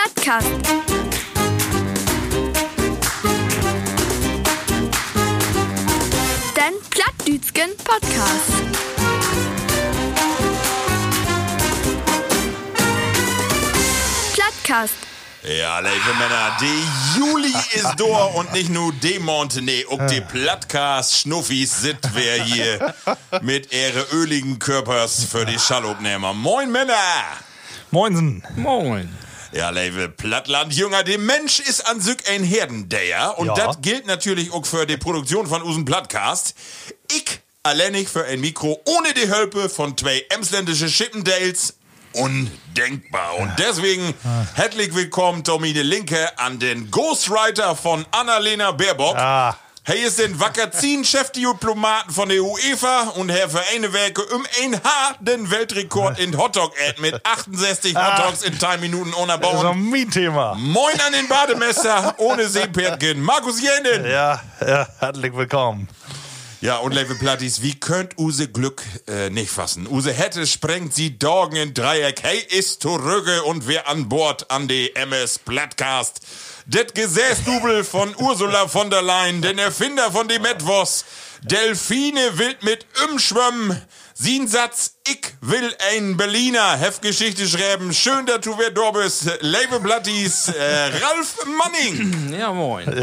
Plattcast. Den Plattdütschen Podcast. Plattcast. Ja, liebe Männer, die Juli ist da und nicht nur die Monte, nee, auch die Plattcast-Schnuffis sind wir hier mit ihre öligen Körpers für die Schallobnehmer. Moin, Männer! Moinsen. Moin. Ja, liebe Plattlandjünger, der Mensch ist an sich ein Herdendeher und Ja. das gilt natürlich auch für die Produktion von unserem Plattcast. Ich alleinig für ein Mikro ohne die Hilfe von zwei emsländische Chippendales. Undenkbar. Und deswegen herzlich willkommen, Tommy de Linke, an den Ghostwriter von Annalena Baerbock. Ah. Hey, ist den Wackerzin-Chefdiplomaten von der UEFA und Herr für eine Werke ein Haar den Weltrekord in Hotdog-Ad mit 68 Hotdogs in 3 Minuten ohne Das ist doch Bauen. mein Thema. Moin an den Bademesser ohne Seepferdchen, Markus Jänen. Ja, herzlich willkommen. Ja, und liebe Plattis, wie könnt Use Glück nicht fassen? Use Hätte sprengt sie Dorgen in Dreieck. Hey, ist zurücke und wir an Bord an die MS Plattcast. Det Gesäßdubel von Ursula von der Leyen, den Erfinder von dem Etwas. Delfine wild mit schwimmen. Sien Satz, ich will ein Berliner Heftgeschichte schreiben. Schön, dass du wer da bist. Liebe Plattis, Ralf Manning. Ja, moin.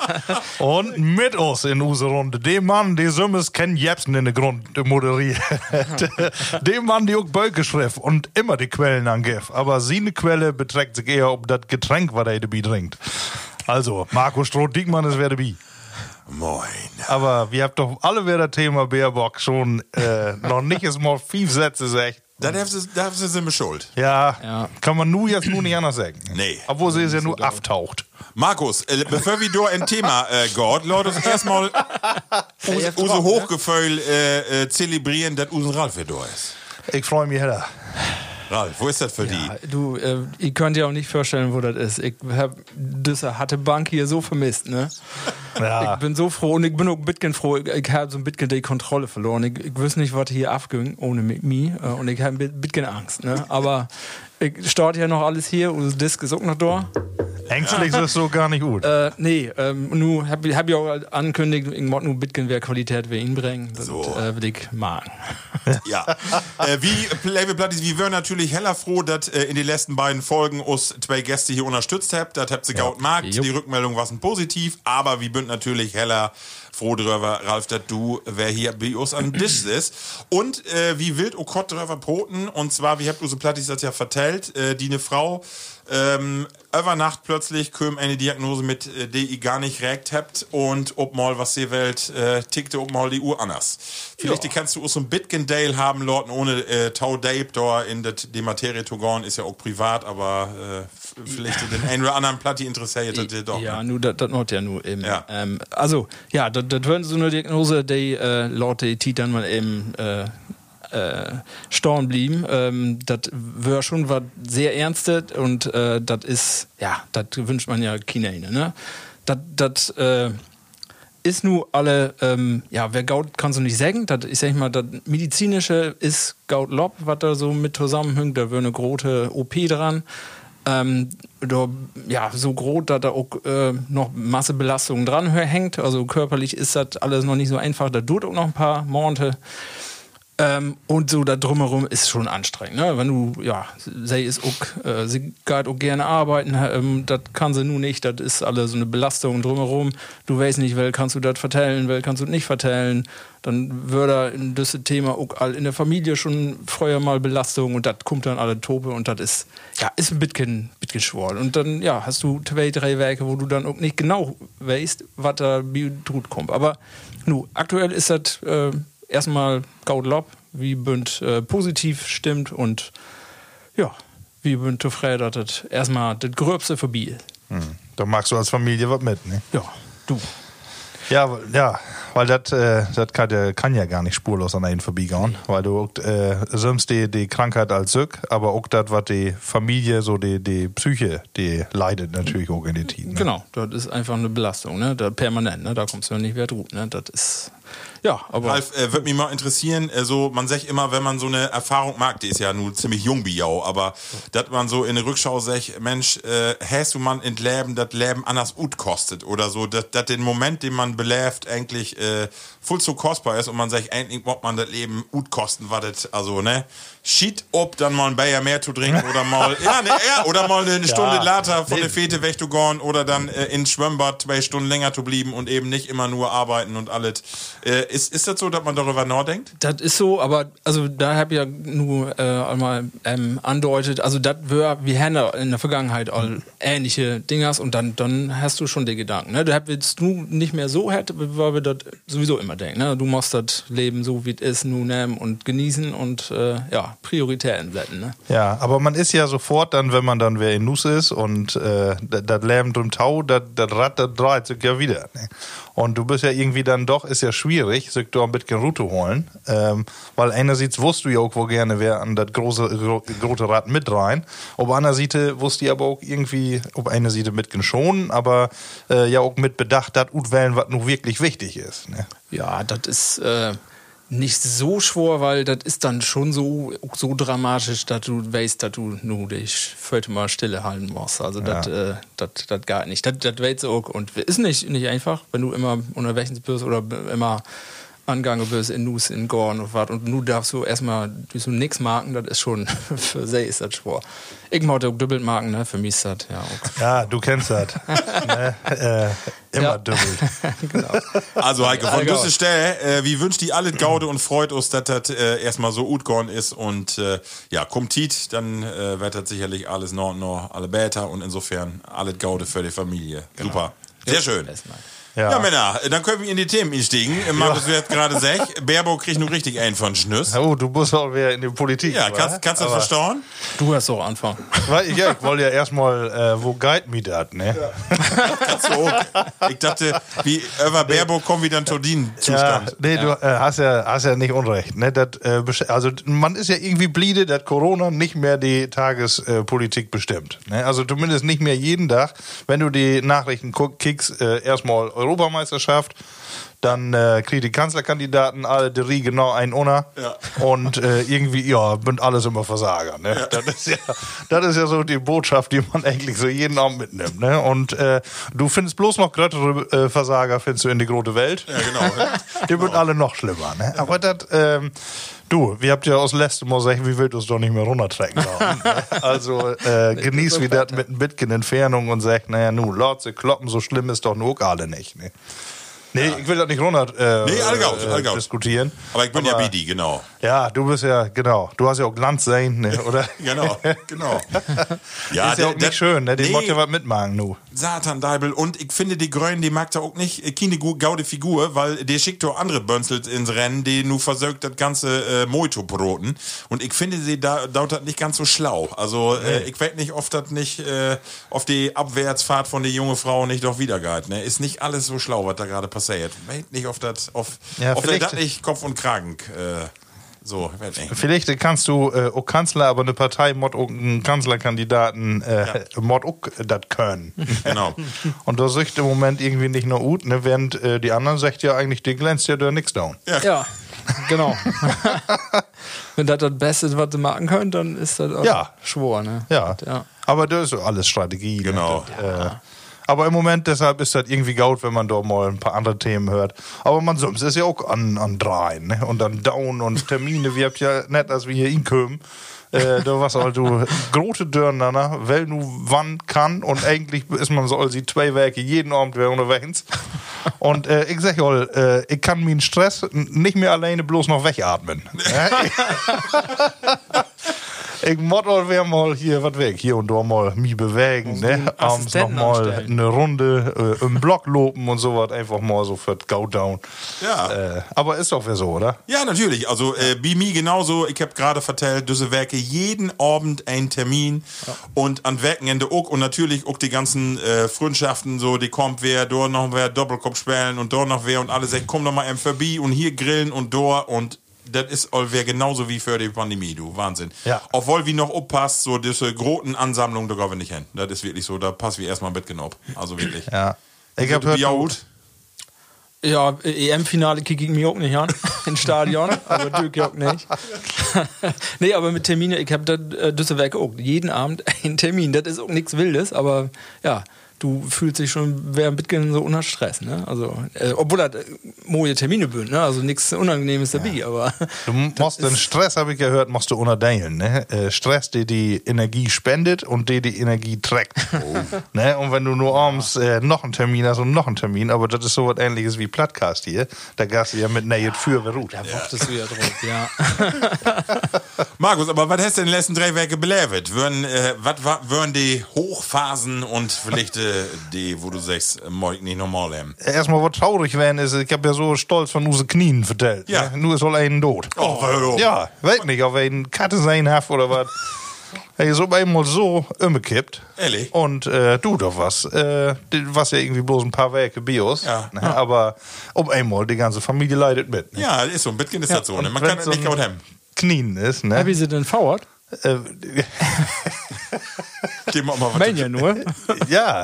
Und mit uns in unserer Runde, der Mann, der Summes Ken Jepsen in der Grund moderiert. Der Mann, der auch Böcke schrift und immer die Quellen angibt. Aber seine Quelle beträgt sich eher um das Getränk, was er dabei trinkt. Also, Marco Stroh-Diekmann ist wer dabei. Moin. Aber wir habt doch alle wieder Thema Baerbock schon noch nicht ist mal 5 Sätze sagt. Da darfst du sie mir schuld. Ja, kann man nur jetzt nur nicht anders sagen. Nee. Obwohl sie es ja nur auftaucht. Markus, bevor wir da ein Thema gehen, lass uns erstmal unser Hochgefühl zelebrieren, dass unser Ralf wieder da ist. Ich freue mich heller. Ralf, wo ist das für die? Du, ich könnte ja auch nicht vorstellen, wo das ist. Ich hab diese harte Bank hier so vermisst, ne? Ja. Ich bin so froh und ich bin auch ein bisschen froh. Ich habe so ein bisschen die Kontrolle verloren. Ich wüsste nicht, was hier abging ohne mich. Und ich habe ein bisschen Angst, ne? Aber ich starte ja noch alles hier. Unser Disk ist auch noch da. Ängstlich ist es so gar nicht gut. Nu hab ich auch angekündigt, ich muss nur ein bisschen mehr Qualität für ihn bringen. Das So. will ich machen. Ja. Liebe Plattis, wir wären natürlich heller froh, dass in den letzten beiden Folgen uns 2 Gäste hier unterstützt habt. Das habt ihr gaut markt. Jupp. Die Rückmeldung war positiv, aber wir sind natürlich heller froh drüber, Ralf, dass du, wer hier bei uns an Tisch ist. Und wie wild o Gott drüber broten. Und zwar, wie habt unsere Plattis das ja vertellt, die eine Frau über Nacht plötzlich kam eine Diagnose mit, die ihr gar nicht recht habt und ob mal was die Welt tickte, ob mal die Uhr anders. Vielleicht kannst du auch so ein bisschen Dale haben, Leuten ohne Tau Dave da in die Materie zu gehen, ist ja auch privat, aber vielleicht den einen oder anderen Platti interessiert das dir doch. Ja, Ne? nur das not ja nur eben. Ja. Also, ja, das wird so eine Diagnose, die Leute, die dann mal eben storn blieben. Das wäre schon was sehr Ernstes und das ist, ja, das wünscht man ja Kinder, ne? Das ist nur alle, ja, wer Gaut kannst du nicht sagen, das ich sag mal, das medizinische ist Gaut Lob, was da so mit zusammenhängt, da wäre eine große OP dran. Da, ja, so groß, dass da auch noch Massebelastung dran hängt. Also körperlich ist das alles noch nicht so einfach. Da dauert auch noch ein paar Monate. Und so da drumherum ist schon anstrengend. Ne? Wenn du, ja, sie ist auch, sie geht auch gerne arbeiten, das kann sie nun nicht. Das ist alles so eine Belastung drumherum. Du weißt nicht, wel kannst du das vertellen, wel kannst du nicht vertellen. Dann würde das Thema auch all in der Familie schon früher mal Belastung und das kommt dann alle Tope und das ist, ja, ist ein bisschen schwer. Und dann, ja, hast du 2, 3 Werke, wo du dann auch nicht genau weißt, was da wie gut kommt. Aber nu, aktuell ist das erstmal Gaut Lob, wie bünd positiv stimmt und ja, wie bünd zufrieden, dass das erstmal das Gröbste vorbei ist. Da magst du als Familie was mit, ne? Ja, du. Ja, weil das kann ja gar nicht spurlos an einen vorbeigehen, weil du sonst die Krankheit als Sück, aber auch das, was die Familie, so die Psyche, die leidet natürlich auch in die Tiefen. Ne? Genau, das ist einfach eine Belastung, ne? Da permanent, ne? Da kommst du ja nicht mehr drüber, ne? Das ist Ja, aber Ralf, würde mich mal interessieren, so, man sagt immer, wenn man so eine Erfahrung mag, die ist ja nun ziemlich jung wie jau, aber dass man so in der Rückschau sagt, Mensch, hast du man in Leben, das Leben anders gut kostet oder so, dass den Moment, den man beläft, eigentlich voll zu kostbar ist und man sagt, eigentlich muss man das Leben gut kosten, was das, also, ne, schied ob, dann mal ein Bayer mehr zu trinken oder mal, oder mal eine Stunde later von der Fete weg zu gehen oder dann ins Schwimmbad 2 Stunden länger zu blieben und eben nicht immer nur arbeiten und alles. Ist das so, dass man darüber nachdenkt? das ist so, aber also da habe ich ja nur einmal andeutet, also das wäre, wir haben ja in der Vergangenheit all ähnliche Dingers und dann hast du schon die Gedanken. Ne? Da willst du nicht mehr so hätte, weil wir das sowieso immer denken. Ne? Du musst das Leben so wie es ist nun nehmen und genießen und Prioritäten setzen. Ne? Ja, aber man ist ja sofort dann, wenn man dann wer in Nuss ist und das Leben drum Tau, das Rad, das dreht sich ja wieder. Ne? Und du bist ja irgendwie dann doch, ist ja schwierig, sich da ein bisschen Route holen, weil einerseits wusst du ja auch, wo gerne wer an das große Rad mit rein. Auf einer Seite wusste ich aber auch irgendwie, auf einer Seite mit schon, aber ja auch mit Bedacht, das wählen, was nun wirklich wichtig ist. Ne? Ja, das ist nicht so schwer, weil das ist dann schon so dramatisch, dass du weißt, dass du nur dich völlig mal stille halten musst. Also das geht nicht. Das weißt du auch. Und ist nicht einfach, wenn du immer unterwegs bist oder immer angegangen bist in Nuss, in Gorn und was. Und nun darfst du erstmal nichts marken, das ist schon, für sie ist das schwer. Ich mag auch doppelt marken, ne? Für mich ist das, ja auch. Ja, du kennst das. Ne? Immer doppelt. Genau. Also Heike, von dieser Stelle, wie wünscht die alle Gaude und freut uns, dass das erstmal so gut geworden ist und kommt Tiet, dann wird das sicherlich alles noch alle Bäter und insofern alle Gaude für die Familie. Genau. Super. Sehr schön. Ja, Männer, dann können wir in die Themen einsteigen. Markus wird gerade sagt, Baerbock kriegt nun richtig einen von Schnüss. Oh, du musst auch wieder in die Politik. Ja, kannst du das verstauen? Du hast auch anfangen. Ja, ich wollte ja erstmal, wo guide me das, ne? Ja. Kannst du auch. Ich dachte, wie über Baerbock kommen wir dann Tordin-Zustand. Ja, nee, du hast ja nicht unrecht. Ne? Also man ist ja irgendwie bliede, dass Corona nicht mehr die Tagespolitik bestimmt. Ne? Also zumindest nicht mehr jeden Tag. Wenn du die Nachrichten kickst, erstmal Europameisterschaft, dann kriegen die Kanzlerkandidaten alle die Rie genau einen Unna und irgendwie, sind alles immer Versager. Ne? Ja. Das ist ja so die Botschaft, die man eigentlich so jeden Abend mitnimmt. Ne? Und du findest bloß noch größere Versager, findest du in die große Welt. Ja, genau. Die wird alle noch schlimmer. Ne? Aber das... Du, wir habt ja aus letztem Mal gesagt, wie willst du es doch nicht mehr runtertrecken. Also genieß wie das mit ein bisschen Entfernung und sagt, naja, nu, laut sie kloppen, so schlimm ist doch nur alle nicht. Ne? Nee, ich will das nicht runter diskutieren. Aber ich bin ja Bidi, genau. Ja, du bist ja, genau. Du hast ja auch Glanz sein, ne, oder? genau. Ja, ist ja auch nicht schön, ne? Den muss ja was mitmachen, nu. Satan, Deibel. Und ich finde, die Grönen, die mag da auch nicht keine gaude Figur, weil der schickt doch andere Bönzels ins Rennen, die nu versorgt das ganze Moito broten. Und ich finde, sie dauert das nicht ganz so schlau. Also, ich weiß nicht, oft das nicht auf die Abwärtsfahrt von der jungen Frau nicht doch wiedergeht, ne? Ist nicht alles so schlau, was da gerade passiert. Weiß nicht, auf das nicht Kopf und Kragen. So, vielleicht kannst du auch Kanzler, aber eine Partei mod auch einen Kanzlerkandidaten mod auch das können. Genau. Und da sagt im Moment irgendwie nicht nur gut, ne, während die anderen sagt ja eigentlich, die glänzt ja da nichts down. Ja, genau. Wenn das Beste, was sie machen können, dann ist das auch schwor, ne? Ja. Aber das ist so alles Strategie. Genau. Ne? Aber im Moment, deshalb ist das irgendwie gaut, wenn man da mal ein paar andere Themen hört. Aber man sonst ist ja auch an dreien, ne? Und dann Down und Termine. Wir habt ja nicht, als wir hier hinkommen. Da was halt du große Dörner, weil nu wann kann und eigentlich ist man so sie 2 Werke jeden Abend wer unterwegs. Und ich sag mal, ich kann meinen Stress nicht mehr alleine bloß noch wegatmen. Ich muss mal hier was weg, hier und da mal mich bewegen, ne? Abends noch mal eine Runde im Block lopen und sowas, einfach mal so für Go Down. Ja. Aber ist doch so, oder? Ja, natürlich. Also bei mir genauso. Ich habe gerade vertellt, diese Werke jeden Abend einen Termin und an Wochenende auch und natürlich auch die ganzen Freundschaften so, die kommt wer, dort noch wer Doppelkopf spielen und dort noch wer und alle sagen, komm doch mal vorbei und hier grillen und dort und das ist allwehr genauso wie für die Pandemie, du. Wahnsinn. Ja. Obwohl wie noch aufpasst, so diese großen Ansammlungen, da gehen wir nicht hin. Das ist wirklich so, da passt wie erstmal mitgenommen. Also wirklich. Ja. Ich hab gehört, Ja, EM-Finale kicke ich mich auch nicht an, im Stadion, aber du auch nicht. Nee, aber mit Termine, ich habe da Düsselwerk auch jeden Abend einen Termin. Das ist auch nichts Wildes, aber ja, du fühlst dich schon wer mitgehen so unter Stress, ne? Also, obwohl das moje Termine bünd, ne? Also nichts Unangenehmes dabei, aber. Du musst den Stress, habe ich gehört, musst du unterteilen, ne? Stress, der die Energie spendet und der die Energie trägt. Ne? Und wenn du nur abends noch einen Termin hast und noch einen Termin, aber das ist so was Ähnliches wie Podcast hier, da gehst du ja mit Nähe für beruht. Da wartest du ja drauf, ja. Markus, aber was hast du in den letzten 3 Wochen belebt? Würden die Hochphasen und vielleicht die, wo du sagst, mag nicht normal haben? Erstmal, was traurig werden ist, ich habe ja so stolz von unseren Knien vertellt. Ja. Ne? Nur ist all einen tot. Oh, hör auf. Ja, weet nicht, ob er einen Katte sein hat oder was. Er ist auf einmal so umgekippt. Ehrlich? Und du doch was. Das ja irgendwie bloß ein paar Werke Bios. Ja. Ne? Aber auf einmal, die ganze Familie leidet mit. Ne? Ja, ist so, ein bisschen ist das so, ne? Und Man wenn kann es so nicht ein gut haben. Knien ist, ne? Wie sie denn fauert? Gib mal was. Mein ja nur. Ja,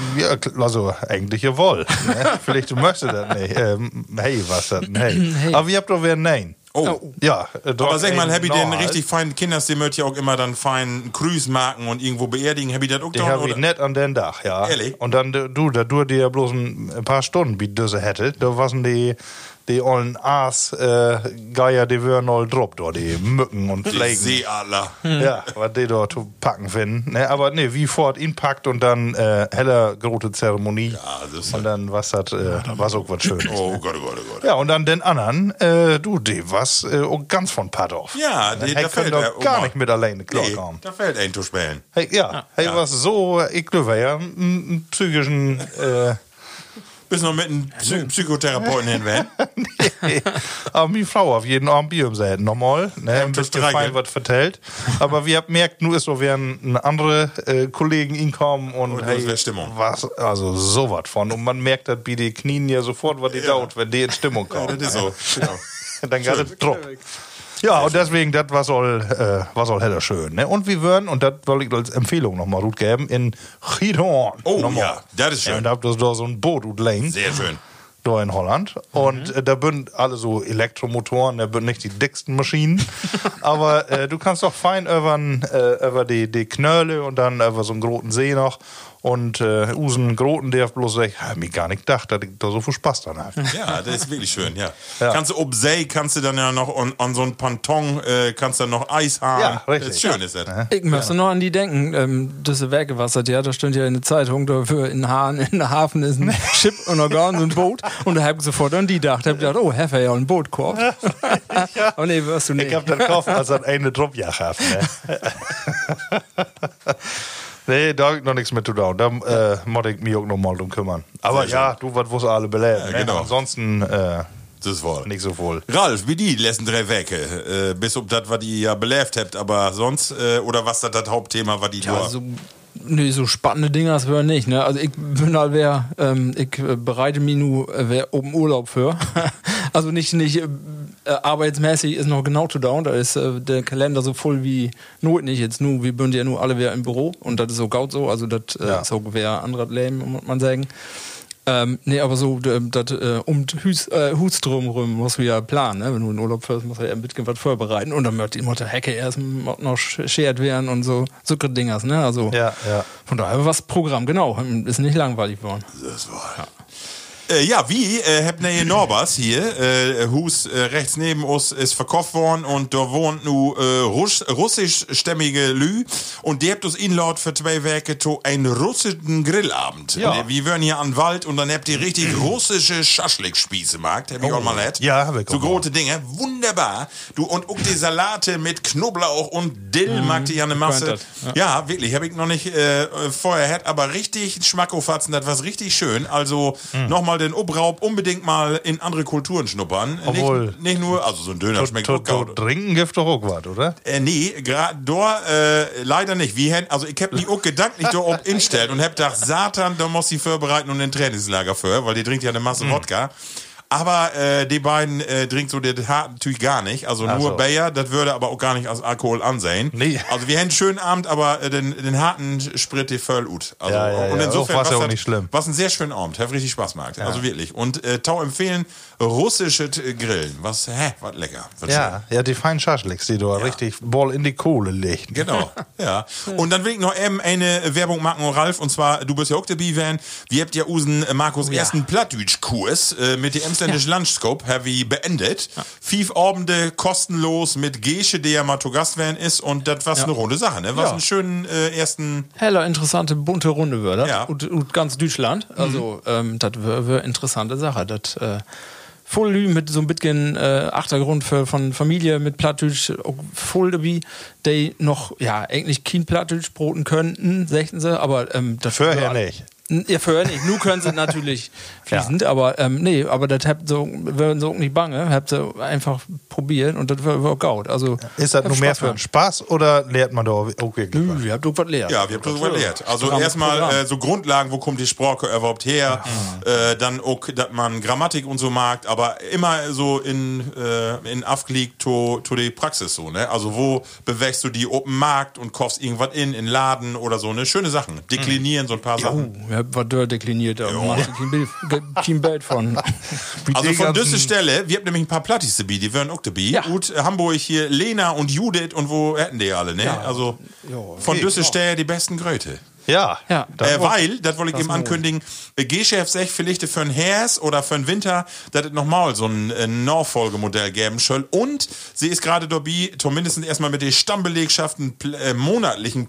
also eigentlich jawohl. Ne? Vielleicht du möchtest das nicht. Hey, was das? Hey. Hey. Aber ihr habt doch wer Nein. Oh. Ja, Aber sag mal, hab ich den richtig. richtig feinen Kinders, die möchte ja auch immer dann fein Cruise machen und irgendwo beerdigen. Hab ich das auch Die da? habe ich nicht an den Dach, ja. Ehrlich? Und dann, da du dir ja bloß ein paar Stunden wie Düsse hätte, da waren die ollen Aas-Geier, die wären all drauf, da, die Mücken und Die Fliegen. Seeadler. Ja, was die dort zu packen finden. Ne, aber nee, wie fort ihn packt und dann heller große Zeremonie. Ja, das ist und dann was das, was auch was Schönes. Oh Gott, oh Gott, oh Gott. Ja, und dann den anderen, die was auch ganz von Patt auf. Ja, da da können fällt doch er gar mal. nicht mit alleine Nee, klarkommen. da fällt ein zu spielen. Hey, ja, Ja. was so, ich glaube ja, einen psychischen, Bist noch mit einem Psychotherapeuten hinweg. nee. Aber meine Frau auf jeden Abend Bier umsetzen, nochmal, ne, ein das bisschen Streichen. fein was vertellt. Aber wir haben merkt, nur ist so, wären andere Kollegen hinkommen und Und das wär Stimmung. was, also sowas von. Und man merkt das bei den Knien ja sofort, was die dauert, wenn die in Stimmung kommen. Das ist so. Genau. Dann geht es drauf. Ja, und deswegen, das war soll heller schön. Ne? Und wir würden, und das wollte ich als Empfehlung nochmal gut geben, in Giethoorn. Oh nochmal. ja, das ist schön. Ja, und da habt ihr da so ein Boot lane. Sehr schön. Da in Holland. Und da sind alle so Elektromotoren, da sind nicht die dicksten Maschinen. Aber du kannst doch fein über die Knölle und dann über so einen großen See noch. Und Usen Groten, der bloß sagt, ich hab mir gar nicht gedacht, dass ich da so viel Spaß dran habe. Ja, das ist wirklich schön, ja. Ja. Kannst du ob See, kannst du dann ja noch an so ein Ponton, kannst dann noch Eis haben. Ja, richtig. Das ist schön, ist das. Ich möchte noch an die denken, diese Werkewasser, ja, da stand ja in der Zeitung, dafür in der Hafen ist ein Schiff und Organ und ein Boot. Und da hab ich sofort an die gedacht, hab gedacht, oh, Heffer ja ein Boot gekauft. Oh nee, wirst du nicht. Ich hab das gekauft, als das eine Dropjach hat. Ne? Nee, da hab ich noch nichts mit zu tun. Da muss ich mich auch noch mal drum kümmern. Aber Sehr ja, du, was alle beleben. Ja, Ne? genau. Ansonsten Das ist wohl. nicht so wohl. Ralf, wie die letzten 3 Wochen? Bis ob das, was ihr ja belebt habt, aber sonst, oder was das Hauptthema war, die Ja, so spannende Dinge das wäre nicht, ne? Also ich bin halt ich bereite mich nur um Urlaub für. Also nicht arbeitsmäßig ist noch genau zu down, da ist der Kalender so voll wie not nicht jetzt nur, wir sind ja nur alle wieder im Büro und das ist so gaut so, also das Ja. so wäre anderes Leben, muss man sagen. Nee, aber so, das Hus drumherum muss wir planen, ne? Wenn du in Urlaub fährst, musst du ja ein bisschen was vorbereiten und dann möchte ich der Hecke erst noch schert werden und so Dingers, ne? Also Ja. von daher was Programm, genau, ist nicht langweilig geworden. Das war. Ja, wie habt ihr Norbers hier, Hus rechts neben uns ist verkauft worden und da wohnt nu russischstämmige Lü und die habt uns inlaut für 2 Werke to einen russischen Grillabend. Ja. Und, wir wären hier an Wald und dann habt ihr richtig russische Schaschlikspieße gemacht, hab ich auch mal nett. Ja, hab ich auch so mal. große Dinge, wunderbar. Du und auch die Salate mit Knoblauch und Dill mag die ja eine Masse. könntet, Ja, wirklich, habe ich noch nicht vorher gehabt, aber richtig Schmackofatzen, das war richtig schön. Also nochmal den Obraub unbedingt mal in andere Kulturen schnuppern. Obwohl- Nicht nur, also so ein Döner schmeckt To gut. Gaut. trinken gibt doch auch was, oder? Nee, gerade dort leider nicht. Also ich hab mich auch gedanklich dort instellt und hab gedacht, Satan, da muss ich vorbereiten und ein Trainingslager für, weil die trinkt ja eine Masse Wodka. Aber die beiden trinkt so der Hart natürlich gar nicht. Also nur so. Bayer, das würde aber auch gar nicht als Alkohol ansehen. Nee. Also wir haben einen schönen Abend, aber den harten Sprit die voll gut. Also, und insofern auch war's ja auch das- nicht schlimm. Was ein sehr schöner Abend, hat richtig Spaß gemacht. Also wirklich. Und Tau empfehlen, russisches Grillen. Was lecker. Wird Ja, die feinen Schaschlicks, die du richtig Ball in die Kohle legt. Genau, ja. Und dann will ich noch eben eine Werbung machen, Ralf, und zwar, du bist ja auch dabei, Van. Wir habt ja unseren Markus ersten Plattdeutsch-Kurs mit dem Emsländischen Landscope, haben wir beendet. 5 Abende kostenlos mit Gesche, der ja mal zu Gast werden ist, und das war eine runde Sache, ne? Was einen schönen ersten... Heller interessante, bunte Runde würde. Ja. Und ganz Deutschland. Also, das wäre interessante Sache. Das voll mit so ein bisschen Achtergrund von Familie mit Plattdeutsch, auch voll dabei, die noch, ja, eigentlich kein Plattdeutsch broten könnten, sagten sie, aber das Vorher nicht. Ja, vorher nicht. Nun können sie natürlich fließend, aber nee, aber das habt so, werden so nicht bange, habt ihr einfach probiert und das war gaut. Also, Ist das nur mehr für einen Spaß oder lehrt man da auch wirklich? Nö, ihr habt doch was lehrt. Ja, wir haben das gelehrt. Also Programm. erstmal so Grundlagen, wo kommt die Sprache überhaupt her, dann auch, dass man Grammatik und so mag, aber immer so in Aufglied to die Praxis so, ne? Also wo bewegst du die Open Markt und kaufst irgendwas in Laden oder so, ne? Schöne Sachen. Deklinieren so ein paar Sachen. Ich hab was dekliniert, aber man hat kein Bild von. Also von dieser Stelle, wir haben nämlich ein paar Plattis dabei, die wären auch dabei. Ja. Und Hamburg hier, Lena und Judith und wo hätten die alle, ne? Also von dieser Stelle die besten Gröte. Ja. Weil, das wollte ich eben ankündigen, G-Chef sagt vielleicht für ein Herbst oder für einen Winter, dass es nochmal so ein Nachfolgemodell geben soll. Und sie ist gerade dabei, zumindest erstmal mit den Stammbelegschaften monatlichen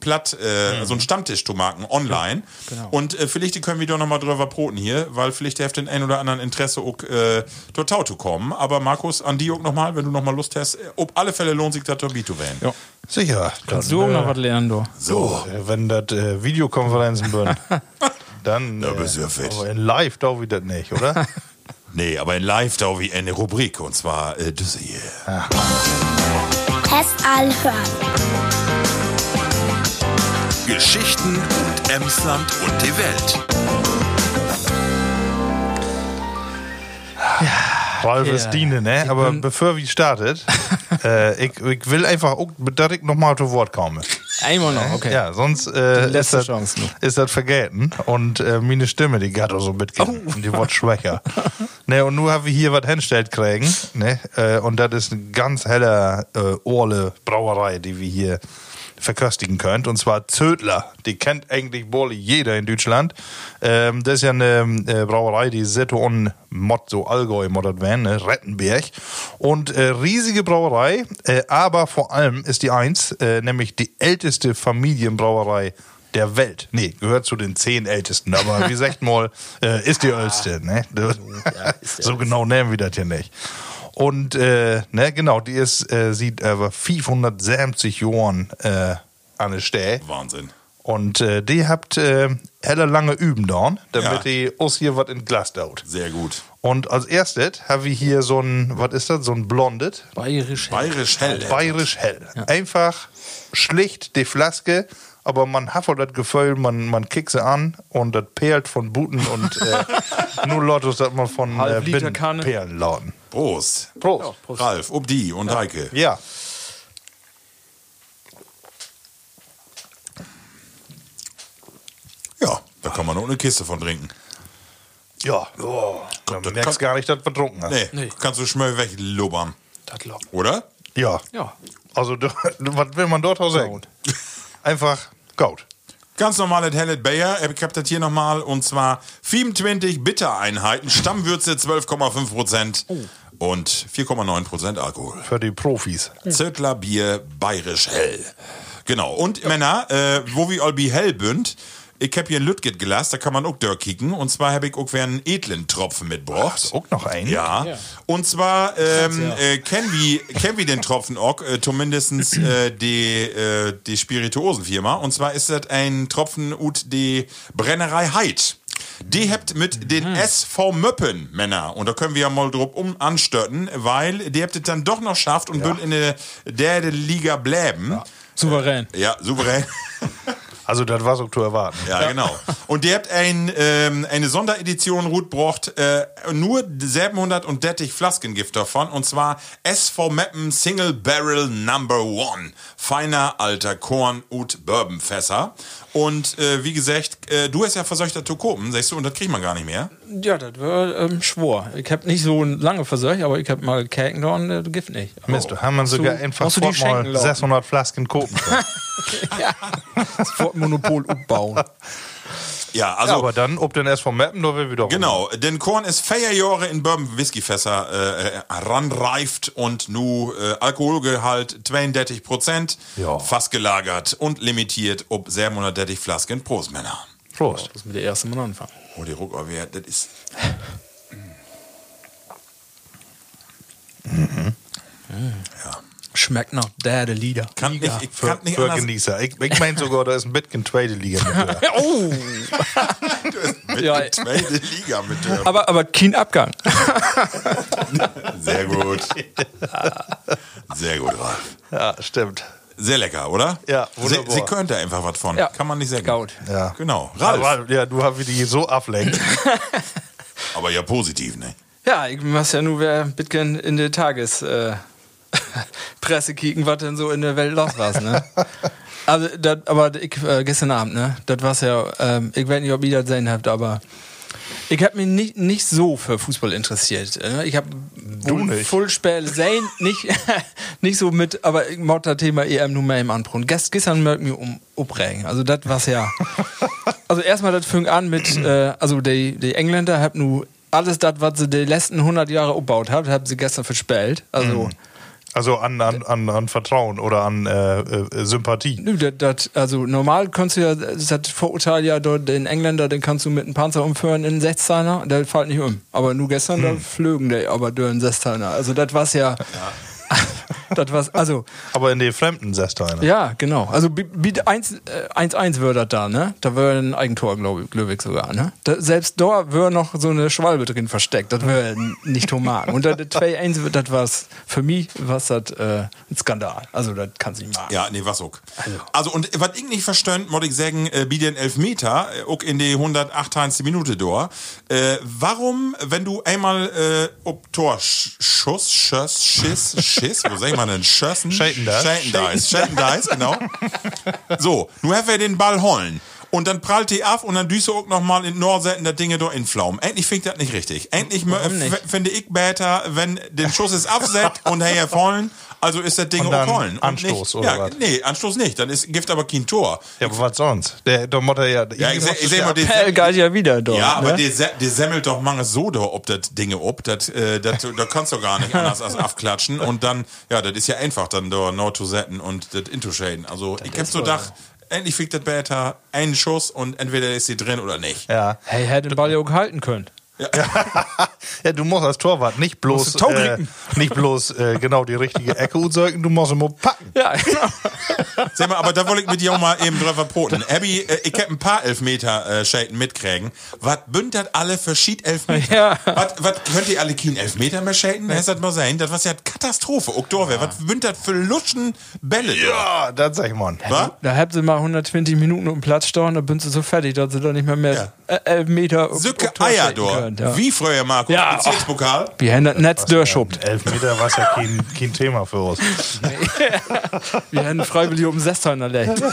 so einen Stammtisch zu machen, online. Genau. Und vielleicht können wir doch nochmal drüber broten hier, weil vielleicht hat den einen oder anderen Interesse auch total zu kommen. Aber Markus, an die auch nochmal, wenn du nochmal Lust hast, auf alle Fälle lohnt sich das dabei zu werden. Ja. Sicher. Kannst du auch noch was lernen, du? So. Wenn das Videokonferenzen sind, dann bist du ja fit. aber in live da wieder nicht, oder? Nee, aber in Live da wie eine Rubrik, und zwar das hier. Test anhören. Geschichten und Emsland und die Welt. Ralf ist Diene, ne? Aber bevor wir startet, ich will einfach auch direkt nochmal zu Wort kommen. Einmal noch, okay. Ja, sonst letzte Chance noch. ist das vergessen. Und meine Stimme, die geht auch so mitgehen. Und die wird schwächer. Ne, und nur haben wir hier was hinstellt kriegen. Ne? Und das ist eine ganz helle Orle Brauerei, die wir hier verköstigen könnt. Und zwar Zödler. Die kennt eigentlich wohl jeder in Deutschland. Das ist ja eine Brauerei, die Setton Mott, so Allgäu moddert werden, ne? Rettenberg. Und riesige Brauerei, aber vor allem ist die eins, nämlich die älteste Familienbrauerei der Welt. Nee, gehört zu den 10 ältesten, aber wie sagt mal, ist die älteste, ne? So genau nennen wir das hier nicht. Und, ne, genau, die ist, sieht aber 570 Jahren an der Stelle. Wahnsinn. Und die habt heller lange üben da, damit Ja. die uns hier was in Glas daut. Sehr gut. Und als erstes haben wir hier so ein, was ist das, so ein Blondet. Bayerisch hell. Bayerisch hell. Einfach schlicht die Flaske, aber man hat auch das Gefühl, man kickt sie an und das perlt von Buten und nur Lottos, dass man von Halb Liter Binnen Kanne. perlen lauten. Prost. Prost. Ralf, ob die und Heike. Ja. Ja, da kann man auch eine Kiste von trinken. Ja. Du merkst gar nicht, dass du getrunken hast. Nee, kannst du schnell weglubbern. Das lockt. Oder? Ja. Ja. Also, was will man dort auch sagen? Einfach gut. Ganz normales Hellet Bayer. Ich hab das hier nochmal. Und zwar 27 Bittereinheiten, Stammwürze 12,5% und 4,9% Alkohol. Für die Profis. Zödler Bier Bayerisch hell. Genau. Und Männer, wo wir all hell bünd, ich hab hier ein Lütget gelassen, da kann man auch kicken. Und zwar habe ich auch einen edlen Tropfen mitgebracht. Auch noch ein? Ja. Und zwar kennen wir den Tropfen auch, zumindest die Spirituosenfirma. Und zwar ist das ein Tropfen ut die Brennerei Heid. Die habt mit den SV Möppen, Männer. Und da können wir ja mal drauf anstötten, weil die habt es dann doch noch schafft und bünd in der Liga bleiben. Souverän. Ja, souverän. Also das war so zu erwarten. Ja, genau. Und der habt eine Sonderedition rutbraucht, nur 730 Flaskengift davon, und zwar SV Meppen Single Barrel Number 1. Feiner alter Korn- und Bourbonfässer. Und wie gesagt, du hast ja verseucht zu kopen, sagst du, und das kriegt man gar nicht mehr. Ja, das war schwor. Ich hab nicht so lange versorgt, aber ich hab mal Kerken da und das Gift nicht. Mist, haben wir sogar einfach musst du die mal schenken lassen. 600 Flasken kopen können. Das Monopol umbauen. Ja, also. Ja, aber dann, ob den SV Meppen, da will wieder Genau, denn Korn ist 4 Jahre in Bourbon-Whiskyfässer ranreift und nu Alkoholgehalt 32%, Ja. fast gelagert und limitiert ob 730 Flasken. Prost, Männer. Prost. Das mit der ersten Mal anfangen. Oh, die Ruck, das ist... Ja. Schmeckt nach der Lieder. Kann nicht, ich Für, kann nicht für anders... Genießer. Ich meine sogar, da ist ein bisschen zweite Liga mit dabei. Oh! Mit Ja. der zweite Liga mit der... aber kein Abgang. Sehr gut. Sehr gut, Ralf. Ja, stimmt. Sehr lecker, oder? Ja, Sie, wunderbar. Sie könnte einfach was von. Ja. Kann man nicht sagen. Gaut. Ja. Genau. Ralf. Aber, ja, du hast wie die so ablenkt. Aber ja positiv, ne? Ja, ich muss ja nur wer Bitcoin in der Presse kicken, was denn so in der Welt los war, ne? Also, aber ich, gestern Abend, ne? Das war's ja, ich weiß nicht, ob ihr das sehen habt, aber ich habe mich nicht so für Fußball interessiert. Ich habe nicht? voll spät sehen, nicht so mit, aber ich mag das Thema EM nur mehr im Anbrunn. Gestern möchte ich mich umregen. Also das war's ja. Also erstmal, das fing an mit, also die Engländer haben nur alles das, was sie die letzten 100 Jahre aufgebaut haben sie gestern verspielt. Also Also an Vertrauen oder an Sympathie. nö, also normal kannst du ja, das Vorurteil ja dort, den Engländer, den kannst du mit einem Panzer umführen in einen Sechzehner, der fällt nicht um. Aber nur gestern, da flögen die aber durch einen Sechzehner. Also das war's ja. Das war's, also. Aber in den fremden Sechsteiner. Ja, genau. Also 1-1 würde das da, ne? Da wäre ein Eigentor, glaube ich sogar, ne? Selbst da wäre noch so eine Schwalbe drin versteckt. Das wäre nicht Tomaten. Und das 2-1, das war's für mich, was das ein Skandal. Also das kannst du nicht machen. Ja, nee, was auch. Also, und was ich nicht verstanden, muss ich sagen, wie den Elfmeter, auch in die 108. Minute da. Warum, wenn du einmal ob Tor Schiss, wo sag ich mal denn? Schätendice, genau. So, nun haben wir den Ball holen. Und dann prallt die ab und dann düst du auch nochmal in Nordseiten der Dinge da in Pflaumen. Endlich finde ich das nicht richtig. Endlich finde ich besser, wenn den Schuss ist absetzt und her vollen, also ist das Ding Und auch dann holen. Anstoß, nicht, oder ja, was? nee, Anstoß nicht. Dann gibt aber kein Tor. Ja, aber was sonst? Der muss ja. Ja, ich seh mal, Appell geht ja wieder dort. ja, aber ne? der semmelt doch manches so da ob das Dinge ob, da kannst du gar nicht anders als abklatschen und dann, ja, das ist ja einfach dann da Nord zu setzen und das into shaden. Also ich hab so gedacht, endlich fliegt das besser, einen Schuss und entweder ist sie drin oder nicht. Ja. Hey, hätte den Ball ja auch halten können. Ja, du musst als Torwart nicht bloß, genau die richtige Ecke utzeugen, du musst ihn packen. Ja, genau. Sag mal, aber da wollte ich mit dir auch mal eben drüber poten. Abby, ich hab ein paar Elfmeter-Schäden mitkriegen. Was bündert alle für Schied-Elfmeter? Ja. Was könnt ihr alle keinen Elfmeter mehr schäden? Das das mal sein. Das war ja Katastrophe. Oktober, was bündert für Luschen Bälle? Ja, das sag ich mal. Was? Da habt ihr mal 120 Minuten auf dem Platz stehen, da sind sie so fertig, dass sie da nicht mehr 11 Meter Sücke Tor Eier schießen dort. können, ja. Wie früher, Marco? Ja. Bezirkspokal? Wir haben das Netz durchschubbt. 11 Meter war ja kein Thema für uns. Wir haben freiwillig um 16 erlegt.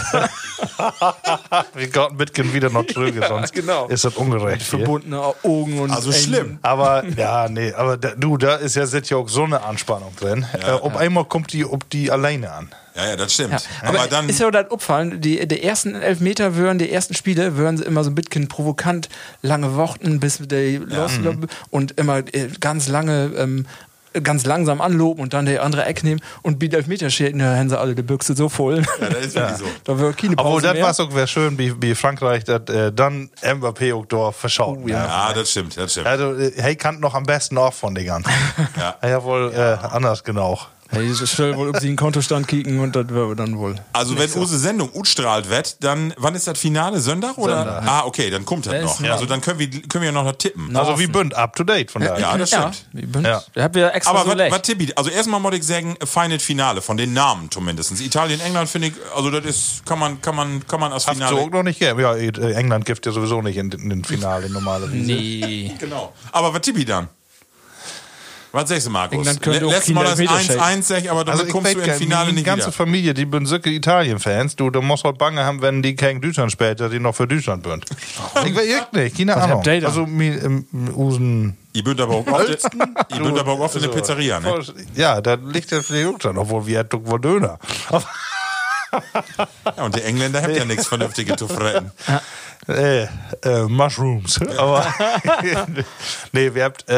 Wir gehen mitgehen wieder noch tröge, sonst genau. ist das ungerecht. Hier. Verbundene Augen und. Also schlimm. Aber, ja, nee, aber da ist ja jetzt ja auch so eine Anspannung drin. Auf einmal kommt die alleine an. Ja, das stimmt. Ja. Aber dann. ist ja auch das Auffallen, die ersten Elfmeter die ersten Spiele, würden sie immer so ein bisschen provokant lange warten, bis die loslaufen und immer ganz lange, ganz langsam anloben und dann die andere Eck nehmen und bei Elfmeter steht, da haben sie alle die Büchse so voll. Ja, das ist wirklich so. Da wird keine Pause Aber das mehr. war auch wäre schön, wie Frankreich das dann Mbappé auch da verschaut. Ja, das stimmt. Also, hey, kann noch am besten auch von den ganzen. Ja. Ja, wohl anders genau. Hey, ich will wohl auf den Kontostand kicken und das wäre dann wohl. Also wenn unsere Sendung utstrahlt wird, dann, wann ist das Finale? Sonntag? Oder? Sonntag. Ah, okay, dann kommt das noch. Ja. Also dann können wir ja noch tippen. Also wie bünd up to date von daher. Ja, das Ja, stimmt. Ja. da habt ihr extra Aber so leicht. was tippi? Also erstmal muss ich sagen, feines Finale, von den Namen zumindest. Italien, England finde ich, also das ist, kann man als Hast du auch Finale. noch nicht gegeben? Ja, England gibt ja sowieso nicht in den Finale normalerweise. Nee. Genau. Aber was tippi dann? Was sagst du, Markus? England könnte auch Letztes Mal das Kinder Elfmeter 1-1, sag ich, aber dann Also ich kommst du im Finale die nicht ganze wieder. Familie, die bin Sücke Italien-Fans. Du musst halt bange haben, wenn die gegen Deutschland spielt, dass die noch für Deutschland bünd. Ich weiß echt nicht, keine Ahnung. habt ihr da? Also Usen... Ich bin aber auch oft in der Pizzeria, ne? Ja, da liegt ja vielleicht auch dran, obwohl wir hätten wohl Döner. Ja, und die Engländer haben ja nichts Vernünftiges zu fressen. Mushrooms. Aber nee, wir habt,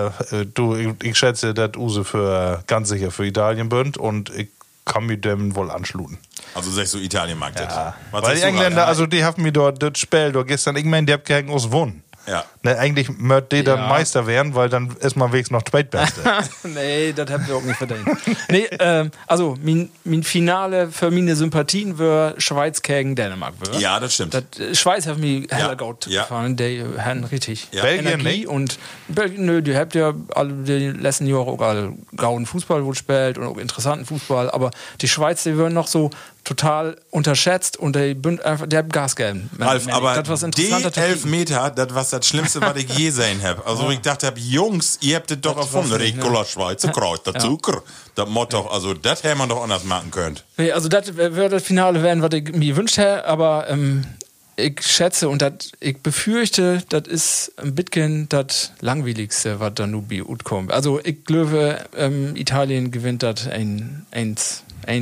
ich schätze, dass Use für ganz sicher für Italien bünd und ich kann mich dem wohl anschluten. Also sagst du, Italien mag das. Was Weil die sagst du, Engländer, Ralf? also die haben mir dort das Spiel dort gestern, ich meine, die haben gegen uns gewonnen. Ja. Ne, eigentlich möchte die dann Ja. Meister werden, weil dann ist man wenigstens noch Zweitbeste. Nee, das habt ihr auch nicht verdient. Nee, also, mein Finale für meine Sympathien wäre Schweiz gegen Dänemark. Ja, das stimmt. Schweiz hat mir heller Ja. gut Ja. gefallen, die haben richtig Ja. Belgien Energie nicht? und Belgien, nö, die habt ja alle die letzten Jahre auch alle gauen Fußball wohl gespielt und auch interessanten Fußball, aber die Schweiz, die würden noch so total unterschätzt und die haben Gas gegeben. Ralf, aber das was die interessanter 11 Meter, das war das Schlimmste, was ich je sehen habe. Also ich dachte, Jungs, ihr habt das doch erfunden. war's nicht, ne? Ricola, Schweizer Kräuter, Zucker. Das Motto, also das hätte man doch anders machen können. Nee, also das würde das Finale werden, was ich mir wünscht hätte, aber ich schätze und ich befürchte, das ist ein bisschen das langweiligste, was da nur bei uns kommt. Also ich glaube, Italien gewinnt das 1-2,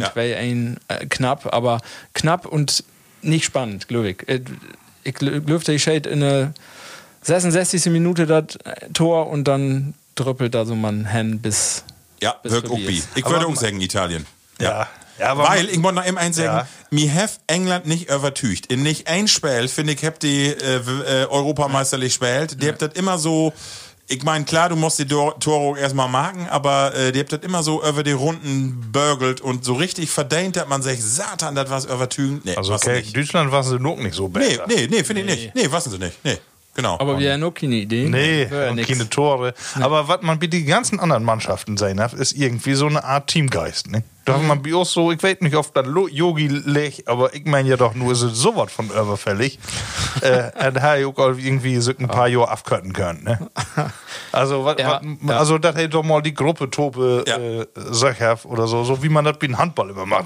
knapp, aber knapp und nicht spannend, glaube ich. Ich glaube, ich steht in der 66. Minute das Tor und dann drüppelt da so man hin bis... Ja, Bis wirklich vorbei okay. ist. Ich würde auch sagen, Italien. Ja, aber Weil, ich muss noch eben eins sagen, Ja. mir have England nicht übertücht. In nicht ein Spiel, finde ich, habt die Europameisterlich gespielt. Die habt das immer so, ich meine, klar, du musst die Tore erstmal marken, aber die habt das immer so über die Runden burgelt und so richtig verdient, dass man sich, Satan, das was übertügen. Nee, also was okay, nicht. Deutschland war sie noch nicht so besser. Nee, finde ich nicht. Nee, wissen sie nicht. Nee, genau. Aber wir haben noch keine Idee. Nee, Wäre und nix. keine Tore. Aber was man bei den ganzen anderen Mannschaften sein hat, ist irgendwie so eine Art Teamgeist. Ne? Da hat man bei uns so, ich weiß nicht, ob das Yogi legt, aber ich meine ja doch nur, ist es sowas von überfällig. Und da ich auch irgendwie so ein paar Jahre abkönnen können. Ne? Also, also das hätte doch mal die Gruppe Tope Sacher oder so wie man das bei dem Handball immer macht.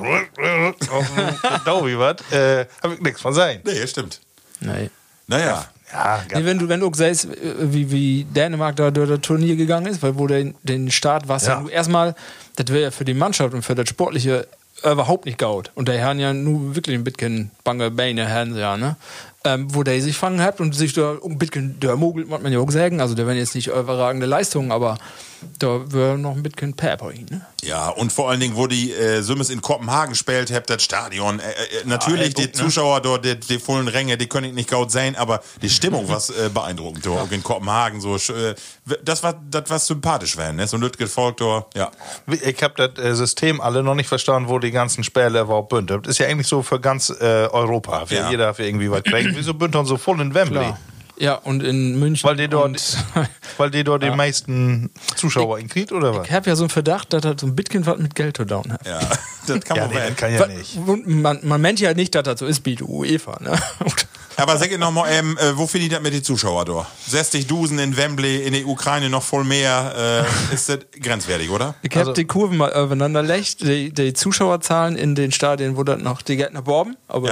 Da wie was, hab ich nichts von sein. Nee, stimmt. Nee. Naja. Ja, Nee, wenn du auch siehst, wie Dänemark da durch das Turnier gegangen ist, weil wo den Start war ja nur erstmal, das wäre ja für die Mannschaft und für das Sportliche überhaupt nicht gaut. Und der haben ja nur wirklich ein bisschen bange Beine, haben sie ja, ne? Wo der sich fangen hat und sich da ein bisschen mogelt, muss man ja auch sagen. Also, der wären jetzt nicht überragende Leistungen, aber da wäre noch ein bisschen Pepper hin, ne? Ja, und vor allen Dingen, wo die Sümmes in Kopenhagen spielt, habt das Stadion. Natürlich, die Zuschauer dort, die vollen Ränge, die können nicht gut sein, aber die Stimmung war beeindruckend. Ja. Auch in Kopenhagen, so, das war sympathisch werden, ne? So ein Lütget Volk dort, ja. Ich habe das System alle noch nicht verstanden, wo die ganzen Spiele überhaupt bünd. Das ist ja eigentlich so für ganz Europa. Für jeder für irgendwie was kriegen. Wieso bünd dann so voll in Wembley? Klar. Ja, und in München. Weil die dort die meisten Zuschauer kriegt, oder was? Ich habe ja so einen Verdacht, dass das so ein bisschen was mit Geld zu tun hat. Ja, das kann man werden. Kann ja nicht. Man meint ja nicht, dass das so ist wie die UEFA, ne? Aber sag ich noch mal, wo findet das mit den Zuschauern da? 60.000 in Wembley, in der Ukraine noch voll mehr. Ist das grenzwertig, oder? Ich habe die Kurven mal übereinander gelegt, die Zuschauerzahlen in den Stadien, wo das noch die Gärtner borben, aber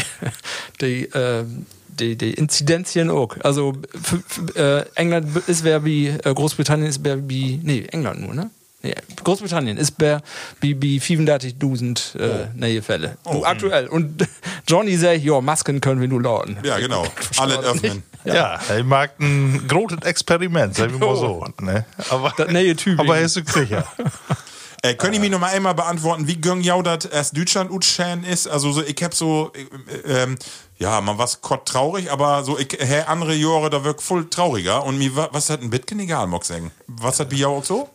die Inzidenzien auch. Also England ist wer wie Großbritannien ist wer wie England nur, ne? Nee, Großbritannien ist wer wie 35.000 neue Fälle. Aktuell. Und Johnny sagt, ja, Masken können wir nur lauten. Ja, genau. Alle öffnen. Ja, er mag ein großes Experiment, sagen wir mal so. Ne? Aber, Das neue Typ. aber er ist sicher. Können ich mir noch mal einmal beantworten, wie gönn jau das erst Deutschland utschän ist? Also so, ich hab so, ja, man was kott traurig, aber so, andere Jahre, da wirkt voll trauriger. Und mir, was hat ein Bitcoin egal, mag sagen? Was hat wie jau auch so?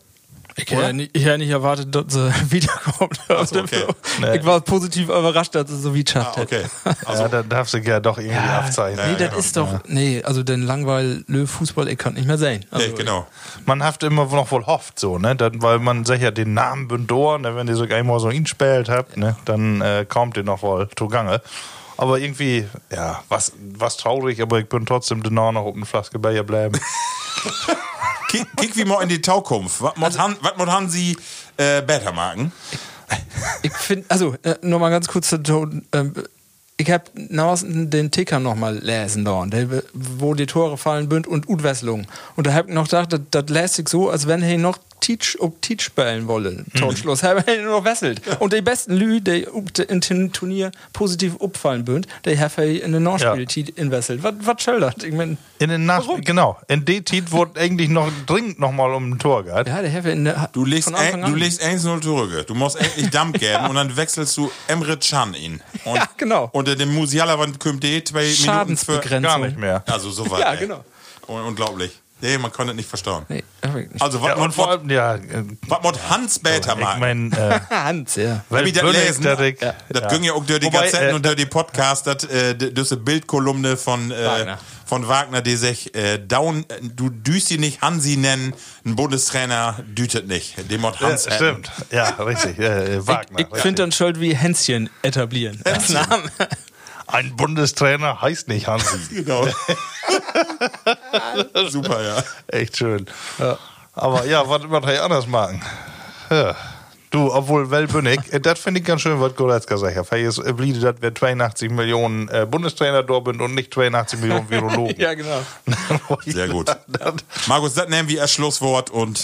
Ich hätte nicht erwartet, dass sie wiederkommt. Ach so, okay. Ich war positiv überrascht, dass sie so wie geschafft hat. Okay. Also, dann darfst du ja doch irgendwie abzeichnen. Nee, das ist doch. Nee, also den Langweil Löw-Fußball, ich kann nicht mehr sehen. Also, Nee, genau. Man hat immer noch wohl hofft, so, ne? Dann, weil man sich ja den Namen Bündor, ne, wenn ihr so einmal so ihn spielt habt, ne, dann kommt ihr noch wohl zugange. Aber irgendwie, ja, was traurig, aber ich bin trotzdem danach noch auf eine Flaske Bier bleiben. Kick wie mal in die Taukunft. Was muss Sie besser machen? Ich finde, also, nochmal ganz kurz, ich habe den Ticker nochmal lesen da, wo die Tore fallen bünd und Utwesslung. Und da hab ich noch gedacht, das lässt sich so, als wenn er noch Teach spielen wollen. Schluss. Haben wir nur wesselt. Und die besten Lü, die in dem Turnier positiv uppfallen bünd, die haben in den Nachspiel investet. Was soll das? Ich mein, In den Nachspiel, genau. In der Tit wurde eigentlich noch dringend nochmal um ein Tor gehabt. ja, der haben in der Du legst 1-0 zurück. Du musst endlich Dampf geben und dann wechselst du Emre Can in. Und, Ja, genau. Und dem Musiala kommt 2 Minuten für... Schadensbegrenzung. Gar nicht mehr. Also so weit. Ja, ey. genau. Unglaublich. Nee, man konnte nicht verstauen. Nee, wirklich nicht. Also, was Und vor allem, ja, muss Hans Bäter ich machen? meine, Hans, ja. Hab ich das lesen? Das ging ja auch durch die Wobei, Gazetten und durch die Podcasts, diese Bildkolumne von Wagner, die sich du düst ihn nicht Hansi nennen, ein Bundestrainer dütet nicht. Dem muss Hans stimmt. Ja, richtig. Wagner. Ich finde dann schuld wie Hänschen etablieren. Als Namen. Ein Bundestrainer heißt nicht Hansi. Genau. Super, ja. Echt schön. Ja. Aber ja, was wir anders machen. Ja. Du, obwohl, Wellbünnig, das finde ich ganz schön, was Goretzka sagt. Weil es blieb, dass wir 82 Millionen Bundestrainer da sind und nicht 82 Millionen Virologen. Ja, genau. Sehr gut. Markus, das nehmen wir als Schlusswort und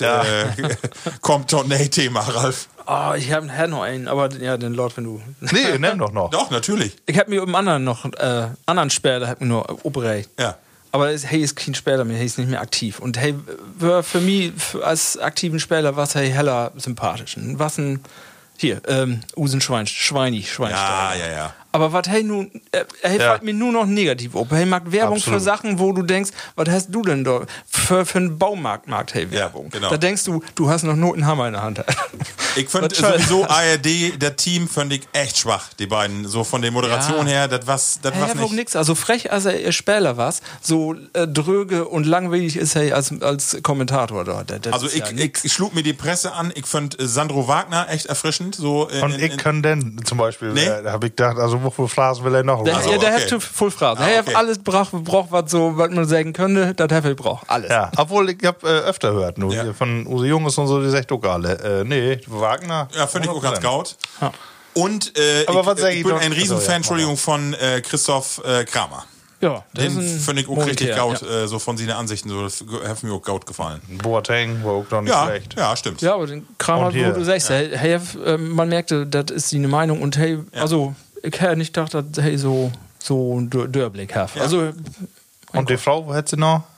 kommt zum Thema, Ralf. Oh, ich habe noch einen, aber ja, den Lord, wenn du. Nee, nimm doch noch. Doch, natürlich. Ich habe mir um anderen Spieler hat mir nur operiert. Ja. Aber hey ist kein Spieler mehr, hey ist nicht mehr aktiv. Und hey, für mich als aktiven Spieler war hey heller sympathisch. Was ein hier, Usen Schweini. Ja. Aber was hey nun, fällt mir nur noch negativ auf. Hey mag Werbung für Sachen, wo du denkst, was hast du denn da für einen Baumarkt hey Werbung? Ja, genau. Da denkst du hast noch Notenhammer in der Hand. Ich finde sowieso ARD, der Team, fand ich echt schwach, die beiden. So von der Moderation her, das was nicht. Nix. Also frech, als er ihr Spieler war, so dröge und langweilig ist er als Kommentator dort. Also ich schlug mir die Presse an, ich fand Sandro Wagner echt erfrischend. So und ich kann denn zum Beispiel, da habe ich gedacht, also wofür Phrasen will er noch? Der hat voll Phrasen. Er hat alles braucht was man sagen könnte, das hat er braucht. Alles. Ja, obwohl ich habe öfter gehört, nur hier von Use Junges und so, die sagt auch alle. Nee, Wagner. Ja, finde ich auch ganz gaut. Ja. Und aber ich bin ein Riesenfan, Entschuldigung, von Christoph Kramer. Ja, den finde ich auch richtig gaut, so von seinen Ansichten, so, das hat mir auch gaut gefallen. Boateng war auch noch nicht schlecht. Ja, stimmt. Ja, aber den Kramer, wo du sagst, hey, man merkte, das ist seine Meinung und hey, also ich hätte nicht gedacht, dass hey so einen Dörrblick hat. Ja. Also, und die Frau, wo hätte sie noch?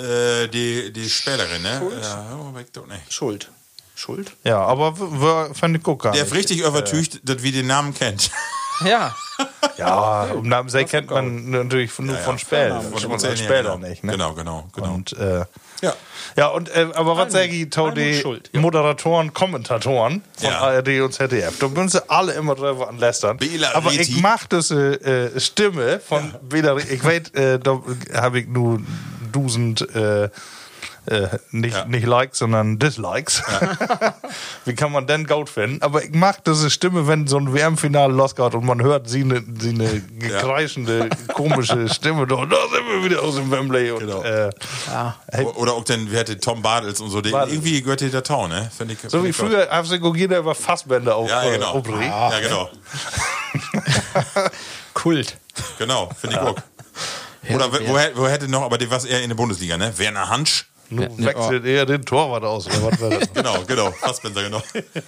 Die Spielerin, ne? Schuld? Ja, ich doch nicht. Schuld? Ja, aber fand ich auch gar Der nicht. ist richtig übertücht, dass wir den Namen kennt. Ja. Ja, um Namen sei kennt man natürlich nur von Spielen. Von Spielern nicht, ne? Genau. Und, ja, und aber was sage ich, die Moderatoren, Kommentatoren von ARD und ZDF, da sind sie alle immer drüber an lästern. Aber ich mag diese Stimme von Bela, ich weiß, da habe ich nur 1000 nicht Likes, sondern Dislikes. Ja. Wie kann man denn Gold finden? Aber ich mag diese Stimme, wenn so ein WM-Finale losgeht und man hört sie eine gekreischende, komische Stimme. Da sind wir wieder aus dem Wembley. Und, oder auch dann, wie hatte Tom Bartels und so. Irgendwie gehört der Tau, ne? So wie früher, haben sie jeder über Fassbänder auf. Ja, genau. Ja, genau. Kult. Genau, finde ich auch. Oder wo hätte noch, aber was eher in der Bundesliga, ne? Werner Hansch. Wechselt eher den Torwart aus. Oder was genau. Fassbender, genau.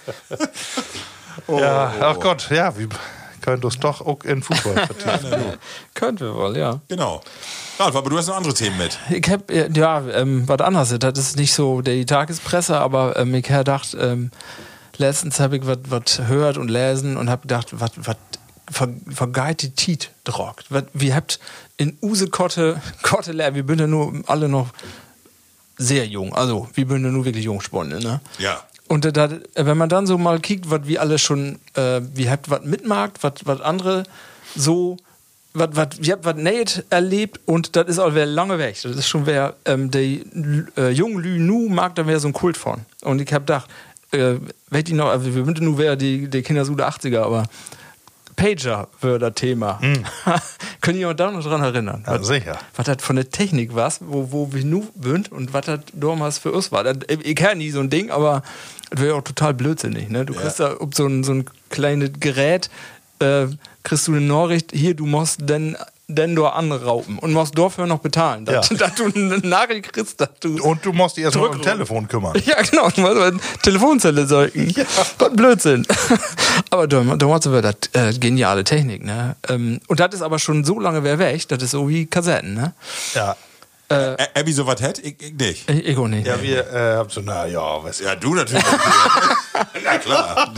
Ach Gott, ja, wir können das doch auch in Fußball vertiefen. Können wir wohl, ja. Genau. Ralf, aber du hast noch andere Themen mit. Ich hab, was anderes. Das ist nicht so die Tagespresse, aber ich habe gedacht, letztens habe ich was gehört und lesen und habe gedacht, was vergeht die Tiet drockt. Wir habt in Usekotte, wir sind ja nur alle noch sehr jung. Also, wir sind ja nur wirklich Jungspunde, ne? Ja. Und wenn man dann so mal kiegt, was wie alle schon, wie habt was mitmacht, was andere so, wie habt was nicht erlebt und das ist auch wer lange weg. Das ist schon wer, der jungen Lü nu mag, da wäre so ein Kult von. Und ich hab gedacht, weet ich noch, also wir wünschen nur wer die Kinder so der 80er, aber Pager wäre das Thema. Können ihr euch da noch dran erinnern? Ja, sicher. Was das von der Technik war, wo wir nu wünscht und was das damals für uns war. Ich kenne nie so ein Ding, aber das wäre auch total blödsinnig. Ne? Du kriegst da ob so ein kleines Gerät, kriegst du eine Nachricht, hier, du musst denn da anraupen und musst dafür noch bezahlen. Dass du eine Nachricht kriegst, dass du. Und du musst dich erst mal um Telefon kümmern. Ja, genau, du musst eine Telefonzelle säugen. Ja. Was Blödsinn. Aber damals war das geniale Technik, ne? Und das ist aber schon so lange weg, das ist so wie Kassetten, ne? Ja. Abby sowas hätte? Ich nicht. Ich auch nicht. Ja, wir haben so, was. Ja, du natürlich. Na klar.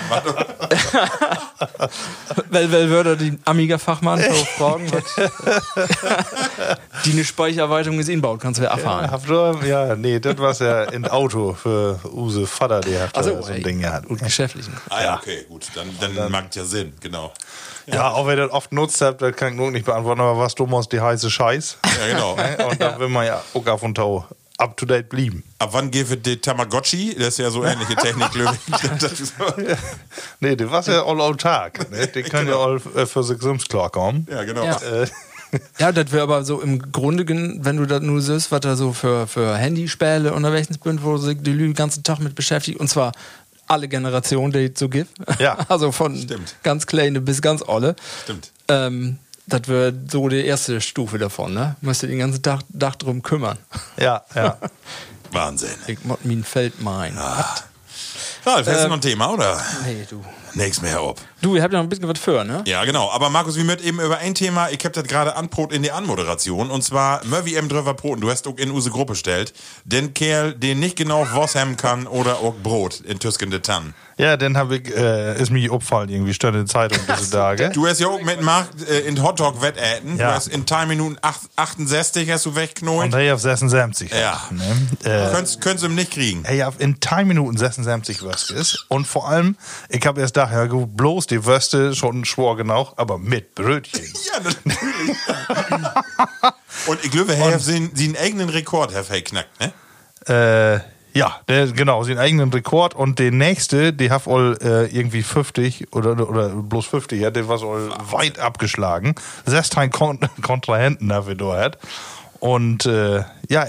Weil würde die Amiga-Fachmann fragen, was die eine Speichererweiterung ist inbaut, kannst du ja erfahren. Ja, nee, das war ja ein Auto für Use Vater, der hat so ein Ding gehabt. Gut geschäftlichen. Ah ja, okay, gut. Dann macht ja Sinn, genau. Ja, auch wenn ihr das oft nutzt habt, das kann ich nur nicht beantworten, aber was du musst, die heiße Scheiß. Ja, genau. Und da will man ja auch auf und Tau up to date blieben. Ab wann geht die Tamagotchi? Das ist ja so ähnliche Technik, glaube ich. Nee, die war ja all autark. Ne? Die können ja all für sich selbst klarkommen. Ja, genau. Ja. Ja, das wäre aber so im Grunde, wenn du das nur siehst, was da so für Handyspiele unterwegs sind, wo sich die Lü den ganzen Tag mit beschäftigt, und zwar alle Generationen, die es so gibt. Ja. Also von ganz kleine bis ganz olle. Stimmt. Das wäre so die erste Stufe davon, ne? Müsste den ganzen Tag drum kümmern. Ja. Wahnsinn. Ich muss mein Feld meinen. Ralf, hast du noch ein Thema, oder? Nee, du. Nächstes mehr ob. Du, ihr habt ja noch ein bisschen was für, ne? Ja, genau. Aber Markus, wir möchten eben über ein Thema, ich hab das gerade anbrot in die Anmoderation, und zwar Murphy M. drüber Broten. Du hast auch in unsere Gruppe stellt. Den Kerl, den nicht genau was haben kann oder auch Brot in Tüsken de Tann. Ja, dann habe ich, ist mir aufgefallen, irgendwie stand in der Zeitung diese Tage. Du hast ja auch mitgemacht in Hotdog Wettäten. Ja. Du hast in 3 Minuten 68 hast du wegknollt. Und hey, auf 76. Ja. Ne? Könntest du ihn nicht kriegen. Hey, auf in 3 Minuten 76 Würste ist. Und vor allem, ich habe erst gedacht, ja gut, bloß die Würste, schon schwor genau, aber mit Brötchen. Ja, natürlich. Und ich glaube, er hat seinen eigenen Rekord geknackt, ne? Ja, genau, seinen eigenen Rekord, und der nächste, die hat wohl irgendwie 50 oder bloß 50, ja, der war so weit abgeschlagen. 16 Kontrahenten haben wir da. Und ja,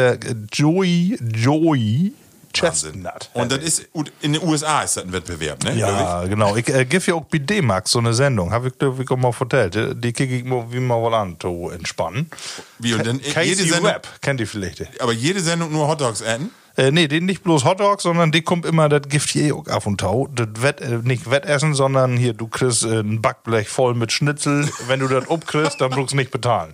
Joey Chestnut. Und das ist, in den USA ist das ein Wettbewerb, ne? Ja, genau. Ich gebe ja auch bei D-Max so eine Sendung, habe ich auch mal erzählt. Die kicke ich mal wie mal wohl an, zu entspannen. Wie, und dann Casey jede Sendung, Webb, kennt ihr vielleicht. aber jede Sendung nur Hotdogs essen? Nee, den nicht bloß Hotdogs, sondern die kommt immer, das Gift hier auch auf und tau. Das nicht Wettessen, sondern hier, du kriegst ein Backblech voll mit Schnitzel. Wenn du das abkriegst, dann brauchst du nicht bezahlen.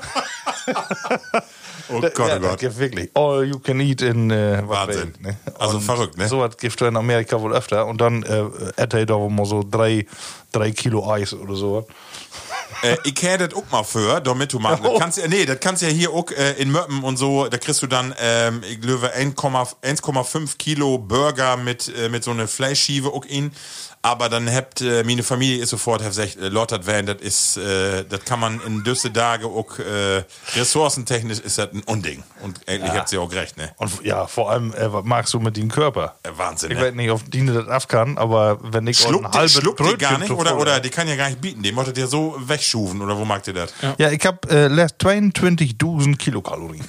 Oh Gott, oh Gott. Gibt wirklich. All you can eat in Wahnsinn. Ne? Also verrückt, ne? So was gibt es in Amerika wohl öfter. Und dann hätte ich doch mal so 3 Kilo Eis oder so. Ich hätte das auch mal für, damit du machen. Das kannst ja hier auch in Möppen und so, da kriegst du dann, ich glaube, 1,5 Kilo Burger mit so einer Fleischschiebe auch in. Aber dann habt meine Familie ist sofort gesagt, Lottert Van, das kann man in düsse Tage auch ressourcentechnisch ist das ein Unding. Und eigentlich habt ihr auch recht, ne? Und ja, vor allem, was magst du mit dem Körper? Wahnsinn, Ich ne? weiß nicht, ob die das ab kann, aber wenn ich Schluckt die gar nicht, oder die kann ja gar nicht bieten. Die mochtet ihr so wegschuven, oder wo mag ihr das? Ja, ich hab 22.000 Kilokalorien.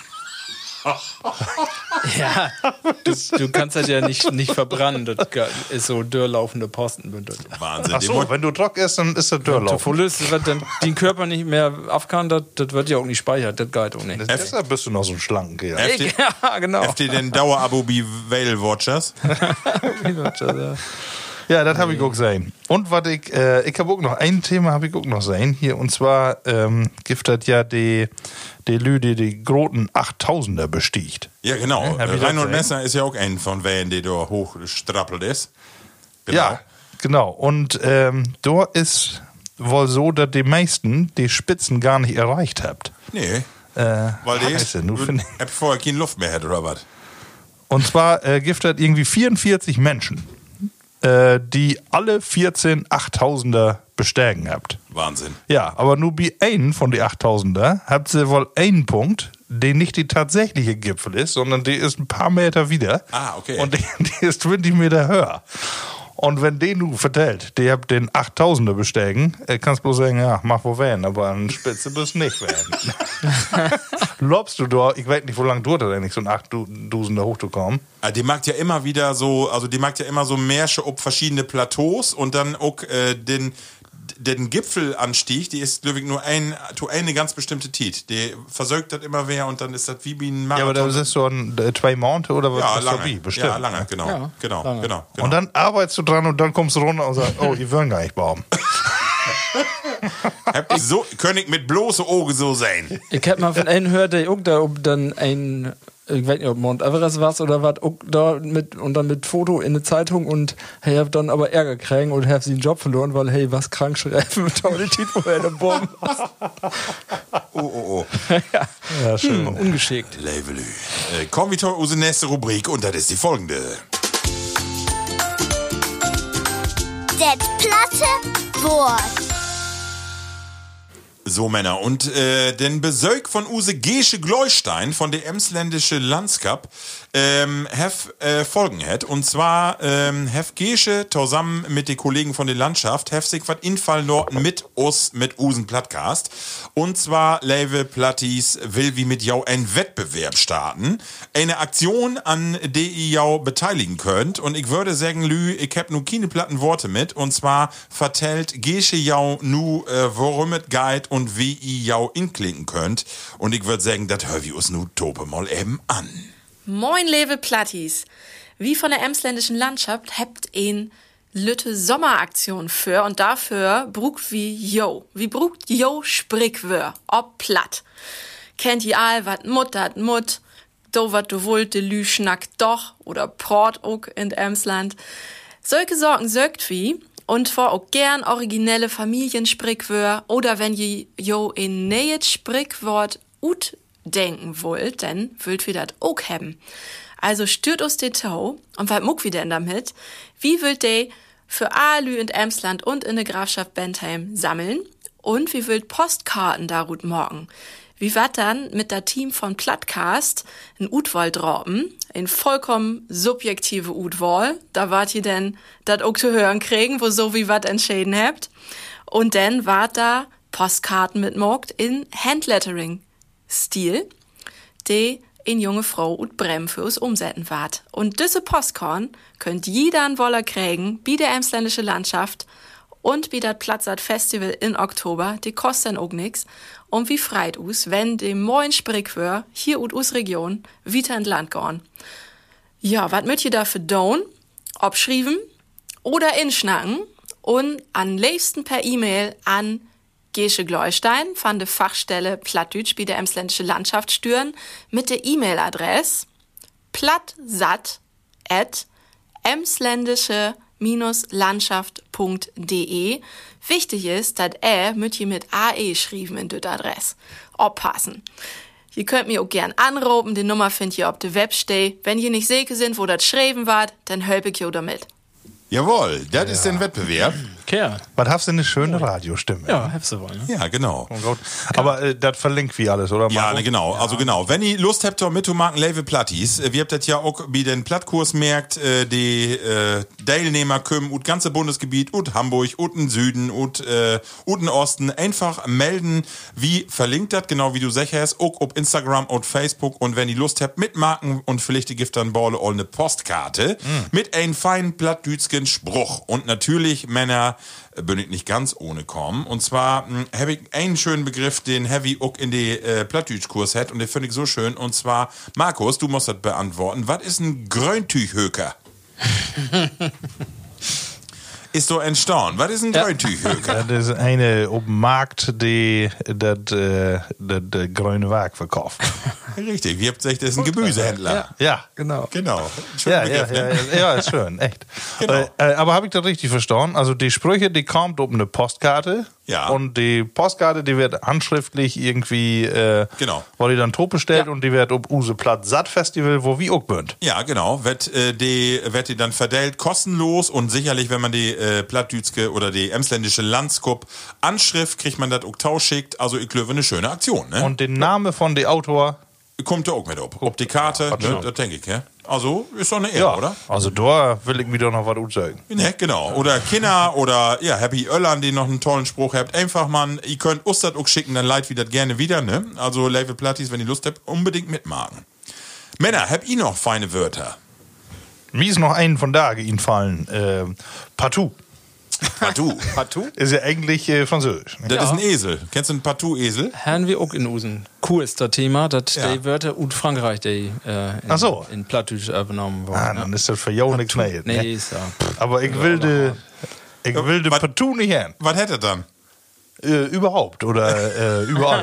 Ja, du kannst das ja nicht verbrennen. Das ist so dürrlaufende Posten. Wahnsinn. Ach so, wenn du trocken isst, dann ist das Dörrlauf. Voll ist, wenn dann den Körper nicht mehr abkann, das wird ja auch nicht speichert. Das geht auch nicht. Deshalb bist du noch so ein schlanken Kerl. Ja, genau. Habt ihr den Dauerabo wie Whale Watchers? Ja, das habe ich auch gesehen. Und was ich habe auch noch ein Thema habe ich auch noch gesehen hier, und zwar giftet ja die Lüde die großen 8000er bestiegt. Ja, genau. Hab ich Reinhold das Messer ist ja auch ein von Wellen, der da hochstrappelt ist. Genau. Ja, genau. Und da ist wohl so, dass die meisten die Spitzen gar nicht erreicht habt. Nee. Weil die Scheiße, nur vorher keine Luft mehr hat, oder was? Und zwar gibt es irgendwie 44 Menschen, die alle 14 8000er besteigen habt. Wahnsinn. Ja, aber nur bei einen von den 8000er habt ihr wohl einen Punkt, der nicht die tatsächliche Gipfel ist, sondern der ist ein paar Meter wieder. Ah, okay. Und der ist 20 Meter höher. Und wenn den du vertellt, der habt den 8000er besteigen, kannst bloß sagen, ja, mach wo werden, aber an Spitze bist nicht werden. Lobst du da, ich weiß nicht, wo lange dauert das eigentlich, so ein 8000er hochzukommen. Die mag ja immer wieder so, also die mag ja immer so Märsche ob verschiedene Plateaus und dann auch den Gipfelanstieg, die ist, glaube ich, nur eine ganz bestimmte Tit. Die versögt das immer wer und dann ist das wie ein Marathon. Ja, aber das ist so ein 2 Monate oder was? Ja, ist lange. das wie? Bestimmt. Ja, lange, genau. Ja, genau. Und dann arbeitest du dran und dann kommst du runter und sagst, oh, die wollen gar nicht bauen. So, König mit bloße Augen so sein. Ich hab mal von einem gehört, der auch da ob dann ein, ich weiß nicht, ob Mount Everest was oder was, auch da mit Foto in der Zeitung und hey, hab dann aber Ärger kriegen und hab sie einen Job verloren, weil hey, was krank schreiben mit tolle Titel in der Bombe. Oh. Ja, schön. Ungeschickt. Levelü. Kommen wir zu unserer nächsten Rubrik und das ist die folgende. Das platte Wort. So, Männer, und den Besög von Use Gesche Gleustein von der Emsländische Landskap folgen hat. Und zwar hef Gesche zusammen mit den Kollegen von der Landschaft sich was infallen Norten mit Usen Plattcast. Und zwar Level Plattis will wie mit jou ein Wettbewerb starten. Eine Aktion, an der ihr jou beteiligen könnt. Und ich würde sagen, Lü, ich hab nur keine platten Worte mit. Und zwar vertellt Gesche jou nu, worum es geht und wie ihr jou inklinken könnt. Und ich würde sagen, das hör wir uns nu tope mal eben an. Moin, liebe Plattis. Wie von der Emsländischen Landschaft habt ein Lütte Sommeraktion für und dafür brugt wie Jo. Wie brugt Jo Sprichwör, ob platt. Kennt ihr all, wat Mut, dat Mut, do wat du wollt, de Lü schnackt doch oder Port ook in Emsland. Solche Sorgen sögt wie und vor auch gern originelle Familiensprichwör oder wenn ihr Jo ein nähes Sprichwort ut denken wollt, dann wollt wir das auch haben. Also stört uns den Tau und was muck wir denn damit? Wie wollt ihr für Alü in Emsland und in der Grafschaft Bentheim sammeln? Und wie wollt Postkarten da gut morgen? Wie wat dann mit der Team von Plattcast ein Utwahl droppen? Ein vollkommen subjektive Utwahl. Da wart ihr denn dat auch zu hören kriegen, wo so wie wat entschieden habt. Und dann wart da Postkarten mitmogt in Handlettering Stil, die in junge Frau und Brem für uns umsetzen wart. Und diese Postkorn könnt jeder an Woller kriegen, wie der Emsländische Landschaft und wie das Platzart Festival in Oktober, die kosten auch nix. Und wie freit us, wenn dem moin Sprichwör hier ut us Region wieder in Land gehen. Ja, wat möcht ihr dafür tun? Obschrieben oder inschnacken und am liebsten per E-Mail an Gesche Gleustein von der Fachstelle Plattdütsch bei der Emsländische Landschaft stüren mit der E-Mail-Adresse plattsatt@emsländische-landschaft.de. Wichtig ist, dass müsst ihr mit AE schrieben in der Adresse. Aufpassen. Ihr könnt mir auch gern anrufen, die Nummer findet ihr auf der Webstelle. Wenn ihr nicht sicher sind, wo das schreiben wart, dann help ich ihr damit. Jawohl, das ist ein Wettbewerb. Kerl. Was hast du eine schöne Radiostimme? Ja, hab's du wohl, ne? Ja, genau. Oh Gott. Aber das verlinkt wie alles, oder? Ja, Marco? ne, genau. Also genau. Wenn ihr Lust habt, mitzumachen, Level Plattis, wir habt das ja auch bei den Plattkurs merkt, die Teilnehmer kommen ut ganze Bundesgebiet, ut Hamburg, ut den Süden, ut den Osten. Einfach melden, wie verlinkt das, genau wie du sagst, auch auf Instagram und Facebook. Und wenn ihr Lust habt, mitmachen und vielleicht gibt dann Baule all eine Postkarte mit einem feinen plattdütschen Spruch. Und natürlich, Männer, bin ich nicht ganz ohne kommen. Und zwar habe ich einen schönen Begriff, den Heavy auch in die Plattdütsch-Kurs hat und den finde ich so schön. Und zwar, Markus, du musst das beantworten. Was ist ein Gröntüchhöker? Ist so entstanden. Was ist ein Gröntüchhöker? Das ist eine auf dem Markt, die das grüne Werk verkauft. Richtig, wie habt ihr gesagt, das ist ein Gemüsehändler. Ja, Genau. Genau. Schöner Begriff, ne? ja, ist schön, echt. Genau. Aber habe ich das richtig verstanden? Also die Sprüche, die kommt auf eine Postkarte Ja. Und die Postkarte, die wird handschriftlich irgendwie, Genau. wurde dann tot bestellt und die wird ob Use Platt Satt-Festival, wo wie auch bünd. Ja, genau. Wird die dann verteilt, kostenlos und sicherlich, wenn man die Plattdütske oder die emsländische Landskup anschrift, kriegt man das auch tauschickt. Also ich glaube, eine schöne Aktion, ne? Und den Namen von dem Autor, Kommt da auch mit ob die Karte, ne, das denke ich, ja. Also ist doch eine Ehre, ja, oder? also da will ich mir doch noch was sagen. Ne, genau. Oder Kinder oder ja, Happy Öllern, die noch einen tollen Spruch habt. Einfach mal, ihr könnt uns das auch schicken, dann leitet wieder gerne wieder, ne? Also Label Platties, wenn ihr Lust habt, unbedingt mitmachen. Männer, habt ihr noch feine Wörter? Mir ist noch einen von da gefallen. Partout. Partout? Ist ja eigentlich Französisch. Ne? Das ist ein Esel. Kennst du einen Partout-Esel? Haben wir auch in Usen. Cool ist das Thema, dass die Wörter und Frankreich, die Ach so. in Plattdeutsch übernommen wurden. Ah, dann ist das für jou nichts mehr. Nee, Ne? ist ja. Aber ich will de Was- Partout nicht hören. Was hätte er dann? Überhaupt oder überall.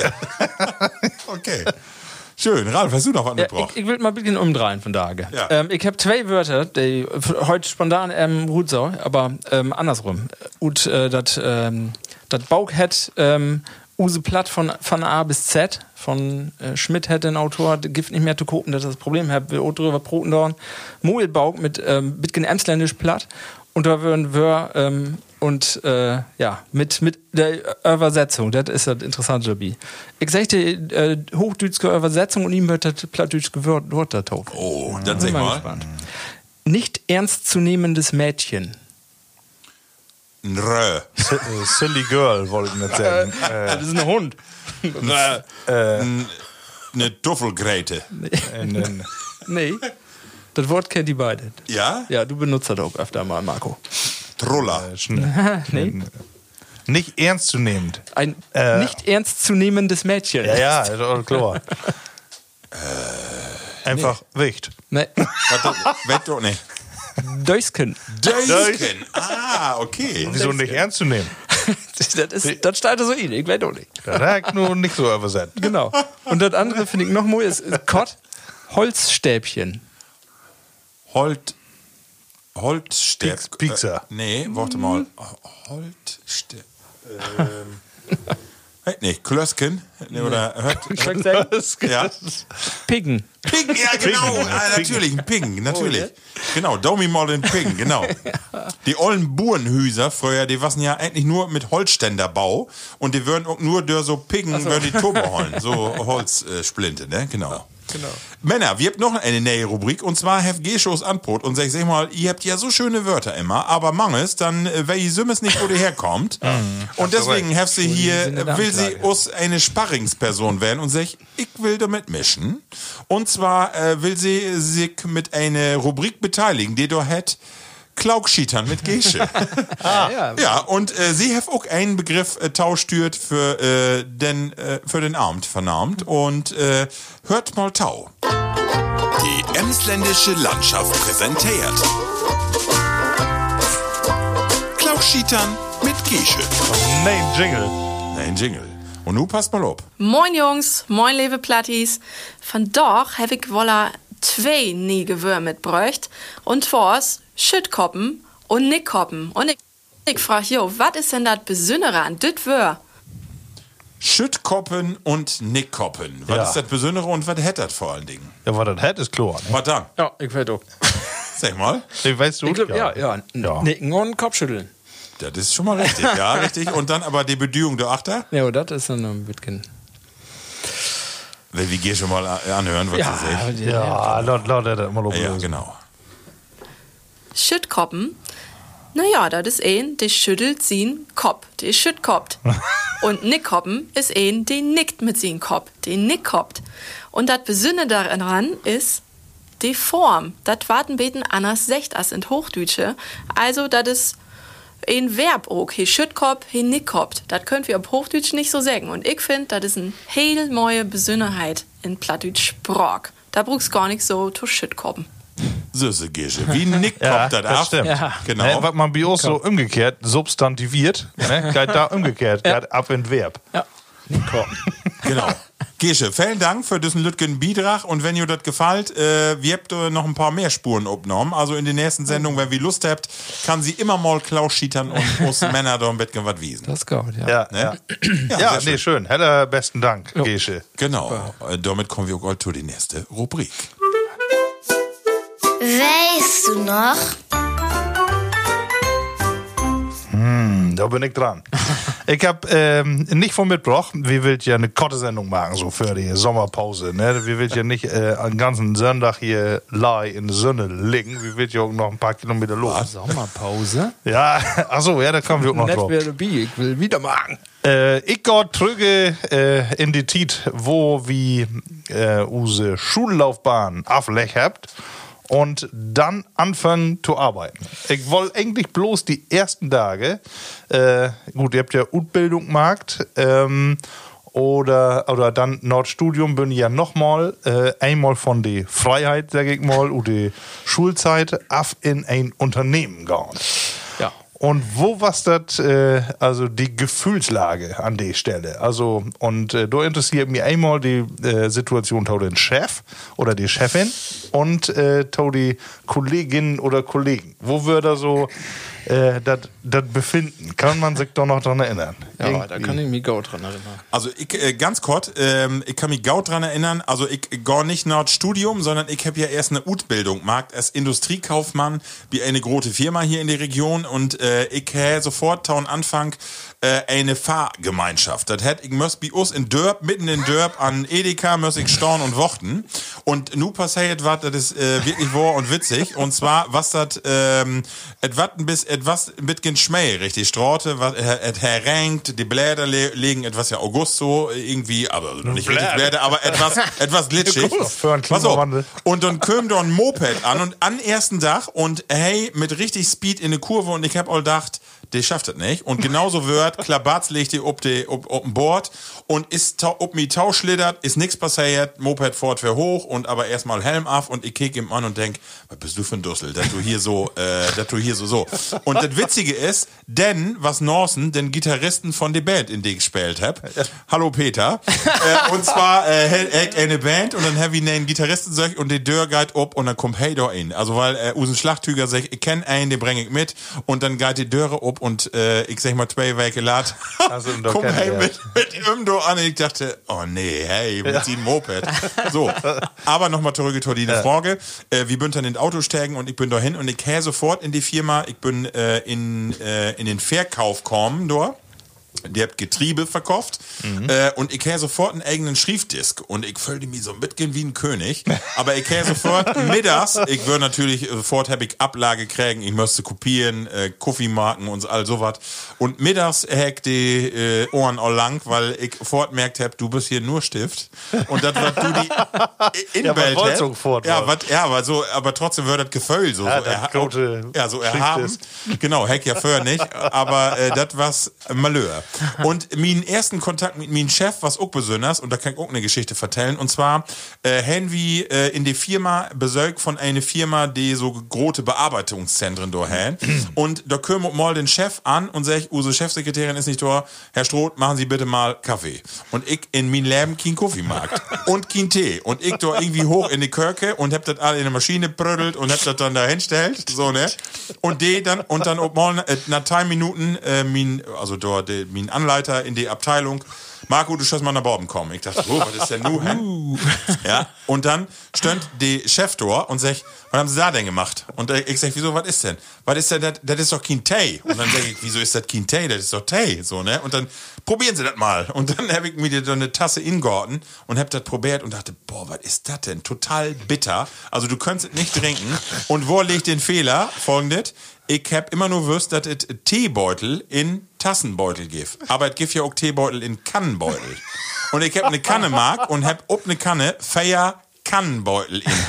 Okay. Schön. Ralf, hast du noch was mitgebracht? Ich will mal ein bisschen umdrehen von Tage. Ja. Ich habe 2 Wörter, die heute spontan gut so, aber andersrum. Und das Bauch hat Use Platt von A bis Z, von Schmidt hat den Autor, der gibt nicht mehr zu gucken, das ist das Problem, wir auch drüber broten dauern. Moelbauch mit bisschen emsländisch Platt. Und da würden wir mit der Übersetzung, das ist das Interessante dabei. Ich sagte hochdeutsche Übersetzung und ihm wird das plattdeutsch gewürzt. Oh, dann sag mal. Nicht ernstzunehmendes Mädchen. Ein Rö. Silly Girl, wollte ich nicht sagen. Das ist ein Hund. Eine Duffelgräte. Nee. Das Wort kennt die beide. Ja? Ja, du benutzt das auch öfter mal, Marco. Truller. Nee. Nicht ernstzunehmend. Ein nicht ernstzunehmendes Mädchen. Ja, ist auch klar. Einfach Wicht. Nee. Wett doch nicht. Dösken. Dösken. Ah, okay. Wieso nicht ernst zu nehmen? Das steht so in, ich weiß auch nicht. Das hat nur nicht so übersetzt. Genau. Und das andere finde ich noch mal ist Kott, Holzstäbchen. Holzstäb. Pizza. Nee, warte mal. Holzstäb. Nicht, Klösken? Nee, oder ja. Piggen. Ping, ja genau, natürlich, ein Ping, natürlich. Genau, Domi mal den Ping, genau. Die ollen Burenhüser früher, die waren ja eigentlich nur mit Holzständerbau und die würden auch nur durch so Pingen, würden die Turbo holen, so Holzsplinte, ne, genau. Genau. Männer, wir habt noch eine neue Rubrik und zwar Hef G-Shows Anbrot und sag mal, ihr habt ja so schöne Wörter immer, aber manches, dann wer ihr Sümmes nicht, wo die herkommt. Und deswegen hef sie hier, will sie uns eine Sparringsperson werden und sagt, ich will damit mischen. Und zwar will sie sich mit einer Rubrik beteiligen, die da hat Klaugschietern mit Gesche. Ja, und sie hat auch einen Begriff tauschtürt für den Abend vernahmt und hört mal Tau. Die emsländische Landschaft präsentiert Klaugschietern mit Gesche. Nein, Jingle. Nein, Jingle. Und nun passt mal auf. Moin Jungs, moin liebe Platties. Von doch hab ich wolla 2 nie Gewür mitbräucht und vors Schüttkoppen und Nickkoppen. Und ich frag, jo, was ist denn das Besondere an dit Wör? Schüttkoppen und Nickkoppen. Was Ja. ist das Besondere und was hätt das vor allen Dingen? Ja, was das hat, ist klar. Ne? Was dann? Ja, ich weiß auch. Sag mal. Nee, weißt du? Ich glaub, ja. Nicken und Kopfschütteln. Das ist schon mal richtig. Ja, richtig. Und dann aber die Bedühung der Achter. Ja, das ist dann ein bisschen. Weil wir gehen schon mal anhören, was sie sagt. Ja, laut das mal Ja, lösen. genau. Schüttkoppen? Naja, das ist der schüttelt sin Kopf, der schüttkoppt. Und Nickkoppen ist der nickt mit sin Kopf, der nickkoppt. Und das Besondere daran ist die Form. Das warten beten anders secht als in Hochdeutsche. Also, das ist ein Verb auch. He schüttkoppt, he nickkoppt. Das könnt wir auf Hochdeutsch nicht so sagen. Und ich finde, das ist eine heel neue Besonderheit in Plattdeutsch Sprach. Da brauchst gar nicht so zu schüttkoppen. Süße Gesche. Wie Nick Ja, kommt das das ab? stimmt. Ja. Genau. Ne, was man bei uns so umgekehrt substantiviert, ne, geht da umgekehrt, geht ab in Verb. Ja. Genau. Gesche, vielen Dank für diesen Lütgen Beitrag und wenn ihr das gefällt, wir habt noch ein paar mehr Spuren aufgenommen. Also in den nächsten Sendungen, wenn ihr Lust habt, kann sie immer mal Klaus Schietern und uns Männer da ein bisschen was wiesen. Das ist gut, ja. Ja, Ne? ja. sehr Schön. Heller, besten Dank, Gesche. Genau. Damit kommen wir auch zu die nächste Rubrik. Weißt du noch? Da bin ich dran. Ich hab nicht von mitgebracht, wir will ja eine Kotte-Sendung machen, so für die Sommerpause. Ne? Wir will ja nicht einen ganzen Sonntag hier lie in der Sonne liegen. Wir will ja auch noch ein paar Kilometer los. Sommerpause? Ja, achso, ja, da kommen wir auch noch Nicht drauf. mehr dabei, ich will wieder machen. Ich gehe zurück in die Zeit, wo wir unsere Schullaufbahn aufgelegt habt. Und dann anfangen zu arbeiten. Ich wollte eigentlich bloß die ersten Tage, gut, ihr habt ja Ausbildung gemacht, oder dann Nordstudium bin ich ja nochmal, einmal von der Freiheit, sag ich mal, und die Schulzeit auf in ein Unternehmen gegangen. Ja. Und wo war das, also die Gefühlslage an der Stelle? Also, und da interessiert mich einmal die Situation zu den Chef oder die Chefin und zu die Kolleginnen oder Kollegen. Wo würde so das befinden? Kann man sich doch noch dran erinnern? Ja, da kann ich mich gut dran erinnern. Also ich, ganz kurz, ich kann mich gut dran erinnern, also ich gar nicht nach dem Studium, sondern ich habe ja erst eine Ausbildung gemacht als Industriekaufmann bei eine große Firma hier in der Region und ich habe sofort am Anfang eine Fahrgemeinschaft. Das hätte ich muss bei uns in Dörp, mitten in Dörp an Edeka muss ich stauen und wochten und nu passiert was, das ist wirklich wahr und witzig und zwar was das etwas ein bisschen Schmäh, richtig Straute, was herrenkt, die Blätter legen etwas ja August so irgendwie, aber noch nicht richtig Blätter, aber etwas glitschig. Pass auf. Und dann kam da ein Moped an und an ersten Tag und hey, mit richtig Speed in eine Kurve und ich hab all gedacht, der schafft das nicht. Und genauso wird, Klabatz legt die ob dem Board und ist ob mi Tau schlittert, ist nix passiert, Moped fort für hoch und aber erstmal Helm auf und ich kick ihm an und denk, was bist du für ein Dussel, dass du hier so. Und das Witzige ist, denn, was Norsen, den Gitarristen von der Band, in die ich gespielt hab, hallo Peter, und zwar, eine Band und dann hab ich einen Gitarristen sag und die Dörr geht ob und dann kommt hey da in. Also weil, usen Schlagtüger sagt, ich kenn einen, den bring ich mit und dann geht die Dörre ob und ich sag mal 2 Wochen lad. Also, komm hey mit ihm da an und ich dachte, oh nee, hey, mit dem Moped. So, aber nochmal zurück zu die Frage. Wir bin dann in das Auto steigen und ich bin da hin und ich gehe sofort in die Firma. Ich bin in den Verkauf gekommen dort. Die habt Getriebe verkauft und ich hätte sofort einen eigenen Schriftdisk und ich fühlte mich so ein bisschen wie ein König, aber ich hätte sofort mittags, ich würde natürlich sofort hab ich Ablage kriegen, ich müsste kopieren, Kaffeemarken und all sowas und mittags hätte die Ohren all lang, weil ich sofort merkt hab, du bist hier nur Stift und das was du die Inwelt aber trotzdem wird das Gefühl so, so erhaben. Genau, heck ja vorher nicht, aber das was Malheur. Und meinen ersten Kontakt mit meinem Chef was auch besonders, und da kann ich auch eine Geschichte vertellen, und zwar haben wir in die Firma besorgt von einer Firma, die so große Bearbeitungszentren da haben. Und da können wir mal den Chef an und sag, unsere Chefsekretärin ist nicht da, Herr Stroth, machen Sie bitte mal Kaffee. Und ich in mein Leben kein Kaffeemarkt und kein Tee. Und ich da irgendwie hoch in die Kirche und hab das alle in der Maschine brödelt und hab das dann da hinstellt, so, ne? Und dann auch mal nach 3 Minuten, mein Anleiter in die Abteilung, Marco, du sollst mal nach Borben kommen. Ich dachte, was ist denn nu, hä? Ja, und dann stand die Chef da und sagt, was haben sie da denn gemacht? Und ich sag, wieso, was ist denn? Was ist denn, das ist doch kein Tee. Und dann sag ich, wieso ist das kein Tee? Das ist doch Tee, so, ne? Und dann, probieren Sie das mal. Und dann habe ich mir so eine Tasse ingorten und hab das probiert und dachte, boah, was ist das denn? Total bitter. Also du könntest es nicht trinken. Und wo liegt den Fehler? Folgendes. Ich hab immer nur gewusst, dass es Teebeutel in Tassenbeutel gibt. Aber es gibt ja auch Teebeutel in Kannenbeutel. Und ich hab eine Kanne mag und hab ob eine Kanne Feier Kannenbeutel in Hang.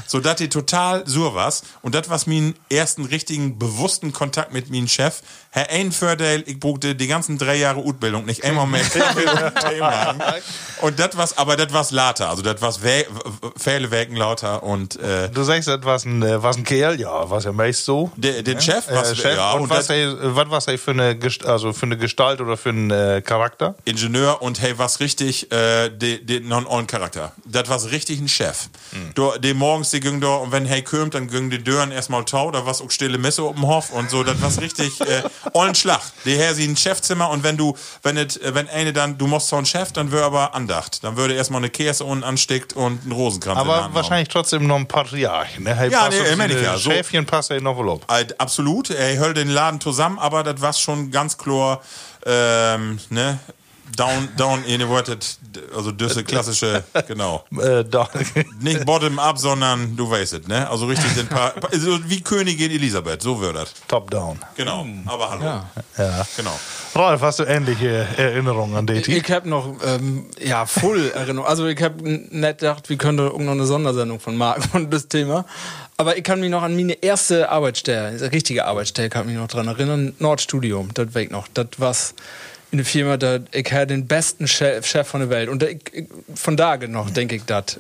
so dass die total sur was. Und das was mein ersten richtigen bewussten Kontakt mit meinem Chef. Herr Einfördel, ich brauchte die ganzen 3 Jahre Ausbildung nicht einmal mehr. Und das was later, also das was viele Wegen lauter und Du sagst, das war ein Kerl, ja, was ja meist so. den Chef, Chef. ja, und was war er für eine Gestalt oder für einen Charakter? Ingenieur und hey, was richtig, den Non-On-Charakter. Das war richtig ein Chef. Die morgens, die ging da, und wenn hey kommt, dann gingen die Dören erstmal tau, da war auch stille Messe auf dem Hof und so, das war richtig, ollen Schlag. Die Herr sie ein Chefzimmer und wenn eine dann, du musst so ein Chef, dann würde aber Andacht. Dann würde erstmal eine Käse unten ansteckt und ein Rosenkranz in der Aber Hand wahrscheinlich trotzdem noch ein Patriarch, ne? Hey, Ja, nee, meine ich ja. So- Schäfchen passt ja noch wohl ab. Absolut, er hält den Laden zusammen, aber das war schon ganz klar, ne? Down inverted, also diese klassische, genau. Nicht bottom up, sondern du weißt es, ne? Also richtig also wie Königin Elisabeth, so wird das. Top down. Genau, aber hallo. Ja. Genau. Ralf, hast du ähnliche Erinnerungen an die? Ich habe noch, voll Erinnerung. Also ich habe nicht gedacht, wir könnten irgendeine eine Sondersendung von machen und das Thema. Aber ich kann mich noch an meine erste Arbeitsstelle, eine richtige Arbeitsstelle, kann mich noch dran erinnern, Nordstudium, das weg noch. Das war's in der Firma, ich hatte den besten Chef von der Welt. Und von da noch denke ich, dass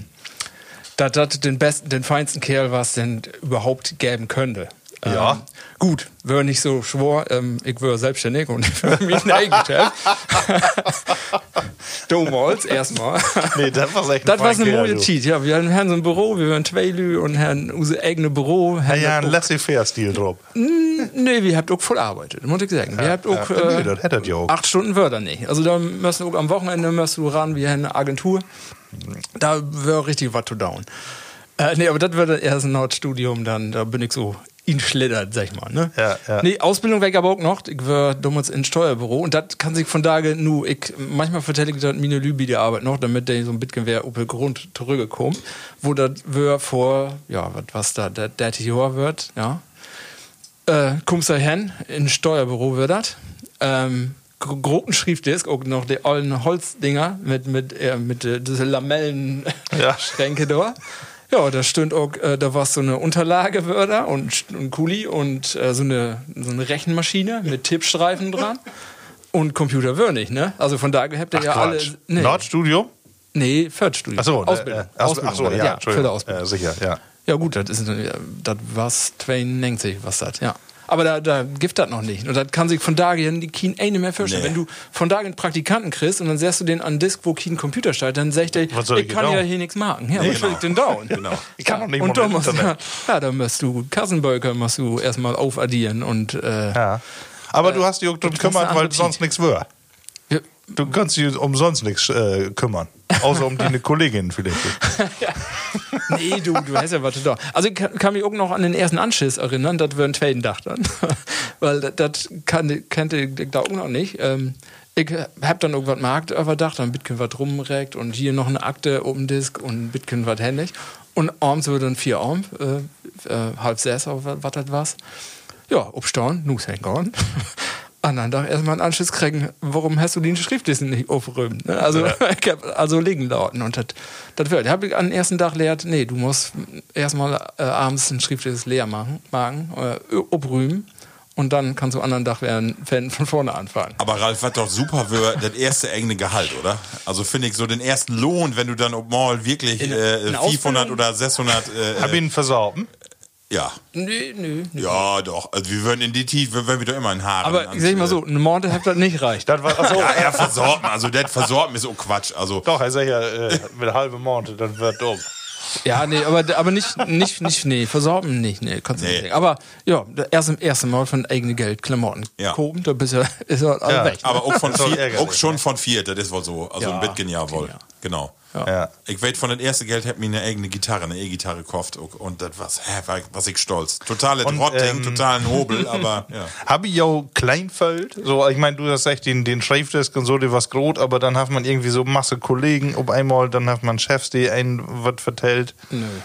den feinsten Kerl, was denn überhaupt geben könnte. Ja. Gut, wäre nicht so schwor, ich wäre selbstständig und ich wäre mich ein eigener Chef. Damals erstmal. Nee, das war echt Das war eine neue Cheat. Ja, wir haben so ein Büro, wir waren 2 Lü und haben unser eigenes Büro. Ja, ein Laissez-faire-Stil drauf. Nee, wir habt auch voll arbeitet, muss ich sagen. Wir habt auch nee, das hättet ihr auch. 8 Stunden Wörter nicht. Also da müssen auch am Wochenende du ran, wir haben eine Agentur. Da wäre richtig was zu down. Nee, aber das wird erst ein Nordstudium, dann da bin ich so schlittert, sag ich mal. Ne? Ja. Nee, Ausbildung weg aber auch noch. Ich war damals in Steuerbüro und das kann sich von da nur, manchmal vertelle ich das meine Lübi die Arbeit noch, damit der so ein bisschen wer auf den Grund zurückkommt, wo das wir vor, ja, was da, der 30 Jahre wird, ja. Kommst da hin, in Steuerbüro wird das. Großen Schriftdisk, auch noch die alten Holzdinger mit diese Lamellenschränke da. Ja, da stimmt auch, da war so eine Unterlagewörter und ein Kuli und so eine Rechenmaschine mit Tippstreifen dran und Computerwürdig, ne? Also von daher habt ihr ja alle. Nee. Nordstudio? Nee, Förderstudio. Achso, Ausbildung. Achso, ja, für die Ausbildung. Sicher, ja. Ja, gut, das war's 92, was das, ja. Aber da gibt das noch nicht. Und das kann sich von daher die Kien eine mehr vorstellen. Nee. Wenn du von daher einen Praktikanten kriegst und dann sähst du den an Disk, wo kein Computer steht, dann sagt er, ich kann ja hier nichts machen. Ja, was soll ich denn down? Genau. Ich kann noch nicht und mal da mit musst Internet. da musst du Kassenböcke erstmal aufaddieren und Ja. Aber du hast dich auch darum gekümmert, weil sonst nichts wäre. ja, Du kannst dich umsonst nichts kümmern. Außer um deine Kolleginnen vielleicht. nee, du hast ja was da. Also ich kann mich auch noch an den ersten Anschiss erinnern, das wir einen zweiten Dach dann. Weil das kannte ich da auch noch nicht. Ich hab dann irgendwas markt überdacht, dann ein bisschen was rumregt und hier noch eine Akte oben Disk und ein bisschen was händig. Und abends wird dann 4 Abend, 5:30 oder was das war's. Ja, aufstehen, Nuss hängen. Anderen Tag erstmal einen Anschluss kriegen, warum hast du die Schriftliste nicht aufgeräumt? Ne? Also, ich hab also liegen lauten und das wird. Habe ich an den ersten Tag lehrt, nee, du musst erstmal abends ein Schriftliste leer machen, abrühmen und dann kannst du anderen Tag von vorne anfangen. Aber Ralf, was doch super für das erste eigene Gehalt, oder? Also finde ich so den ersten Lohn, wenn du dann mal wirklich in 500 oder 600... Hab ihn versorgen? ja. Nö. Ja, doch. Also wir würden in die Tiefe, wenn wir doch immer in Haaren... Aber ich sag mal so, eine Monate hat das nicht reicht. Das war, achso. Ja, versorgen. Also das Versorgen ist so Quatsch. Also Doch, er sagt ja, mit halbem Monat, dann wird dumm. Ja, nee, aber nicht, nee, versorgen nicht, nee, kannst du Nee. nicht sagen. Aber ja, das erste Mal von eigenem Geld Klamotten Ja. kaufen, da ist ja alles weg. aber auch von Das ist doch 4, ärgerlich, auch schon von 4, das ist wohl so. Also Ja, ein bisschen ja wohl. ja. Genau. Ja. Ich weiß, von dem ersten Geld hat mir eine eigene Gitarre, eine E-Gitarre gekauft und das was ich stolz. Totale Trotting, totalen Hobel, aber ja. Hab ich auch Kleinfeld? So, ich meine, du hast echt den Schreibdisk und so, die was groß, aber dann hat man irgendwie so Masse Kollegen auf einmal, dann hat man Chefs, die einen was vertellt. Nö.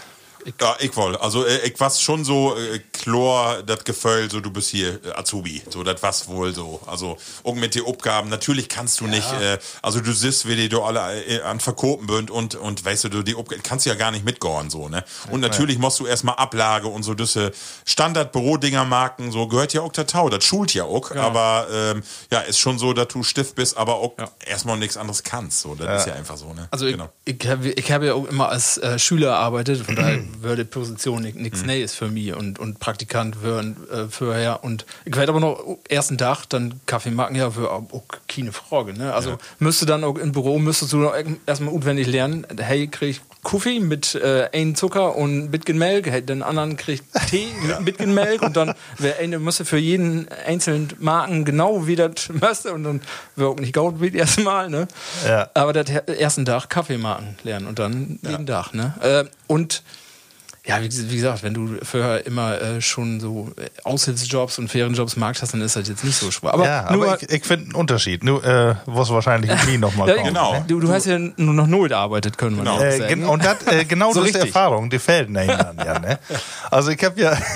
Ja, ich woll. Also ich was schon so klar, das Gefühl, so du bist hier Azubi. So, das was wohl so. Also auch mit den Aufgaben. Natürlich kannst du nicht, also du siehst, wie die du alle an Verkopen bünd und weißt du, die Aufgaben kannst du ja gar nicht mitgehen, so, ne? Und natürlich musst du erstmal Ablage und so diese Standard-Büro-Dinger marken, so gehört ja auch dazu. Das schult ja auch, aber ist schon so, dass du Stift bist, aber auch erstmal nichts anderes kannst. So, das ist ja einfach so, ne? Also ich habe ja auch immer als Schüler gearbeitet, von daher würde die Position nichts Neues für mich und Praktikant würden vorher. Und ich werde aber noch ersten Tag dann Kaffee machen, ja, für auch keine Frage. Ne? Also müsste dann auch im Büro, müsstest du noch erstmal notwendig lernen, hey, krieg ich Kaffee mit einem Zucker und ein bisschen Milch, hey, den anderen kriegt Tee mit ein bisschen Milch und dann müsste für jeden einzelnen Marken genau wie das müsste und dann wäre auch nicht gut wie das erste Mal. Ne? Ja. Aber das ersten Tag Kaffee machen lernen und dann jeden Tag. Ne? Und ja, wie gesagt, wenn du vorher immer schon so Aushilfsjobs und Ferienjobs magst hast, dann ist das jetzt nicht so schwer. Aber ich finde einen Unterschied. Nur, was wahrscheinlich in Wien nochmal kommt. Genau. Ne? Du hast ja nur noch null gearbeitet, können wir ja sagen. Und das, genau so das ist die richtig. Erfahrung, die fällt nicht dann, ja, ne? Also ich habe ja...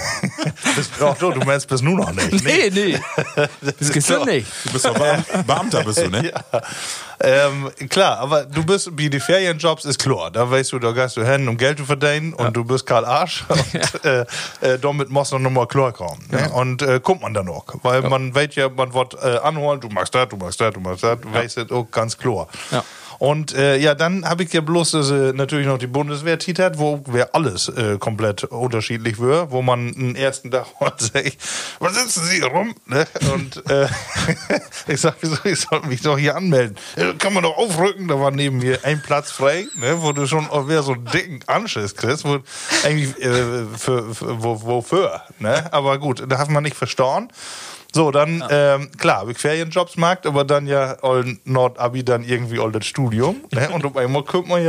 du meinst bis nun noch nicht. Nee. Das gibt's doch nicht. Du bist doch Beamter, bist du, ne? Ja. Klar, aber du bist, wie die Ferienjobs ist klar. Da weißt du, da gehst du hin, um Geld zu verdienen und du bist Karl Arsch und damit musst du noch mal klar kommen. Ne? Und kommt man dann auch. Weil man weiß ja, man wird anholen, du machst das, du weißt das auch ganz klar. Ja. Und dann habe ich ja bloß natürlich noch die Bundeswehr titert, wo wir alles komplett unterschiedlich wäre, wo man den ersten Tag sagt, was sitzen Sie hier rum? Ne? Und ich sag, wieso, ich soll mich doch hier anmelden. Kann man doch aufrücken, da war neben mir ein Platz frei, ne, wo du schon wieder so einen dicken Anschiss kriegst, wo eigentlich wofür, ne? Aber gut, da hat man nicht verstauen. So, dann, klar, habe ich Ferienjobs gemacht, aber dann ja Nord-Abi dann irgendwie all das Studium. Ne? Und auf einmal kommt man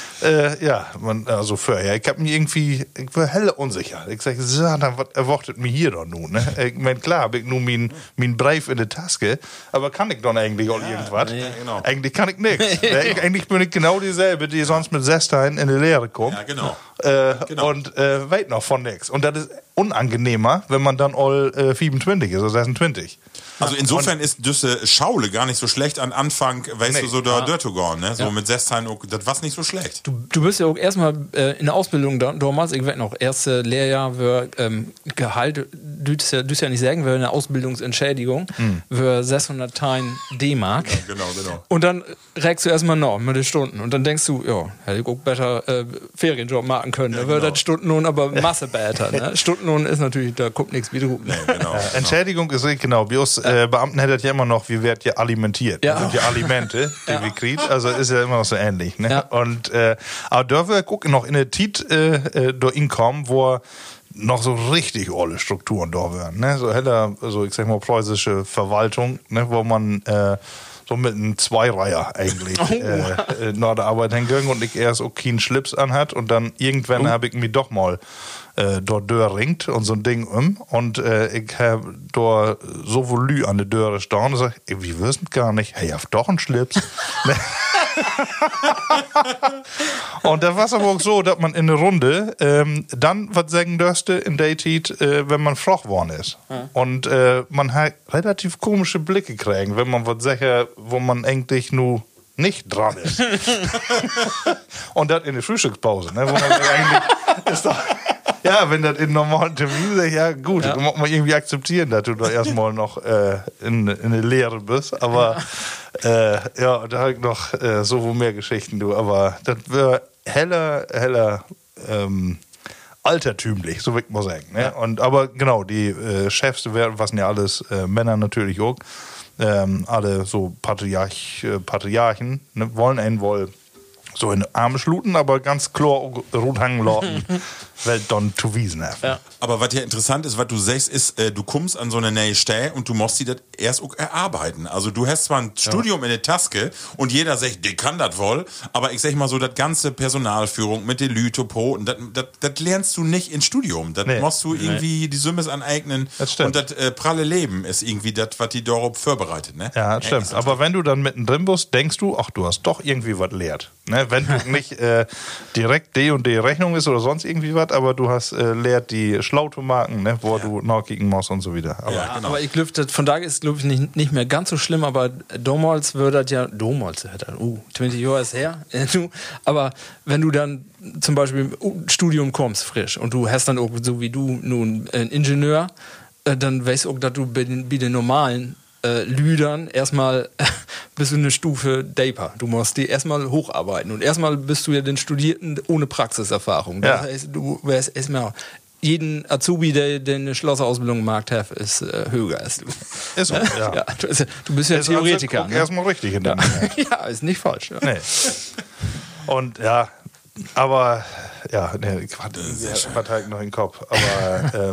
also vorher. Ich habe mich irgendwie, ich war helle unsicher. Ich sage, so, dann was erwartet mir hier doch nun? Ne? Ich meine, klar, habe ich nur mein Brief in der Taske, aber kann ich dann eigentlich auch irgendwas? Nee, genau. Eigentlich kann ich nichts. Eigentlich bin ich genau dieselbe, die sonst mit 16 in die Lehre kommt. Ja, genau. Und weiß noch von nichts. Und das ist unangenehmer, wenn man dann all 25 ist, also 26. Also insofern ist diese Schaule gar nicht so schlecht an Anfang, weißt du, so da zu gehen, ne? So mit 16, das war nicht so schlecht. Du bist ja auch erstmal in der Ausbildung damals, ich weiß noch, erste Lehrjahr für Gehalt, du ja nicht sagen, für eine Ausbildungsentschädigung für 600 D-Mark. Ja, genau. Und dann rägst du erstmal noch mit den Stunden und dann denkst du, ja, hätte ich auch besser Ferienjob machen können. Da wird das Stundenlohn aber Masse besser. Ne? Stundenlohn ist natürlich, da kommt nichts wieder gut. Nee, genau. Entschädigung ist genau, bei uns Beamten hättet ja immer noch, wie wird ja alimentiert. Ja. Das sind ja Alimente, die wir kriegen. Also ist ja immer noch so ähnlich. Ne? Ja. Und aber dürfen wir gucken, noch in der Tit da hinkommen, wo noch so richtig alle Strukturen da werden. Ne? So heller, also ich sag mal, preußische Verwaltung, ne? Wo man so mit einem Zweireiher eigentlich nach der Arbeit hingegangen und ich erst auch keinen Schlips anhat und dann irgendwann habe ich mich doch mal dort Dörr ringt und so ein Ding und ich habe dort so Volü an der Dörre stehen und sag, wie wirst du gar nicht? Hey, ich hab doch einen Schlips. Und da war es aber auch so, dass man in der Runde dann was sagen dürfte in der Tit, wenn man froch worden ist. Ja. Und man hat relativ komische Blicke kriegen, wenn man was sagt, wo man eigentlich nur nicht dran ist. Und das in der Frühstückspause, ne, wo man eigentlich ist doch, ja, wenn das in normalen Terminen sagt, ja gut, dann muss man irgendwie akzeptieren, dass du da erstmal noch in der Lehre bist. Aber da habe ich noch so viel mehr Geschichten, du. Aber das wäre heller altertümlich, so würde ich mal sagen. Ne? Ja. Aber genau, die Chefs waren ja alles Männer natürlich auch. Alle so Patriarchen, ne? Wollen einen wohl so in Arme schluten, aber ganz klar Rothangen lauten, weil dann zu wiesen haben. Ja. Aber was ja interessant ist, was du sagst, ist, du kommst an so eine neue Stelle und du musst sie das erst auch erarbeiten. Also du hast zwar ein Studium in der Taske und jeder sagt, der kann das wohl, aber ich sag mal so, das ganze Personalführung mit den Lütopo, das lernst du nicht ins Studium. Das musst du irgendwie die Summes aneignen. Und das pralle Leben ist irgendwie das, was die darauf vorbereitet. Ne? Ja, das stimmt. Aber wenn du dann mittendrin bist, denkst du, ach, du hast doch irgendwie was lehrt. Ne? wenn du nicht direkt D und D Rechnung ist oder sonst irgendwie was, aber du hast lehrt die Schlautomarken, ne, wo du nachkicken musst und so wieder. Aber, Ja, genau. Aber ich glaube, von da ist, glaube ich, nicht mehr ganz so schlimm, aber damals würde das ja, 20 Jahre ist her, aber wenn du dann zum Beispiel im Studium kommst, frisch, und du hast dann auch, so wie du, nun ein Ingenieur, dann weißt du auch, dass du bei den normalen Lüdern erstmal bist du eine Stufe deeper. Du musst die erstmal hocharbeiten und erstmal bist du ja den Studierten ohne Praxiserfahrung. Das heißt, du wärst erstmal jeden Azubi, der eine Schlosserausbildung gemacht hat, ist höher als du. ist so, ja. Ja, du bist ja Ist Theoretiker. also erstmal richtig in dem. Ja, ist nicht falsch. Ja. Nee. Und ja, aber ja, nee, ich hatte halt noch im Kopf. Aber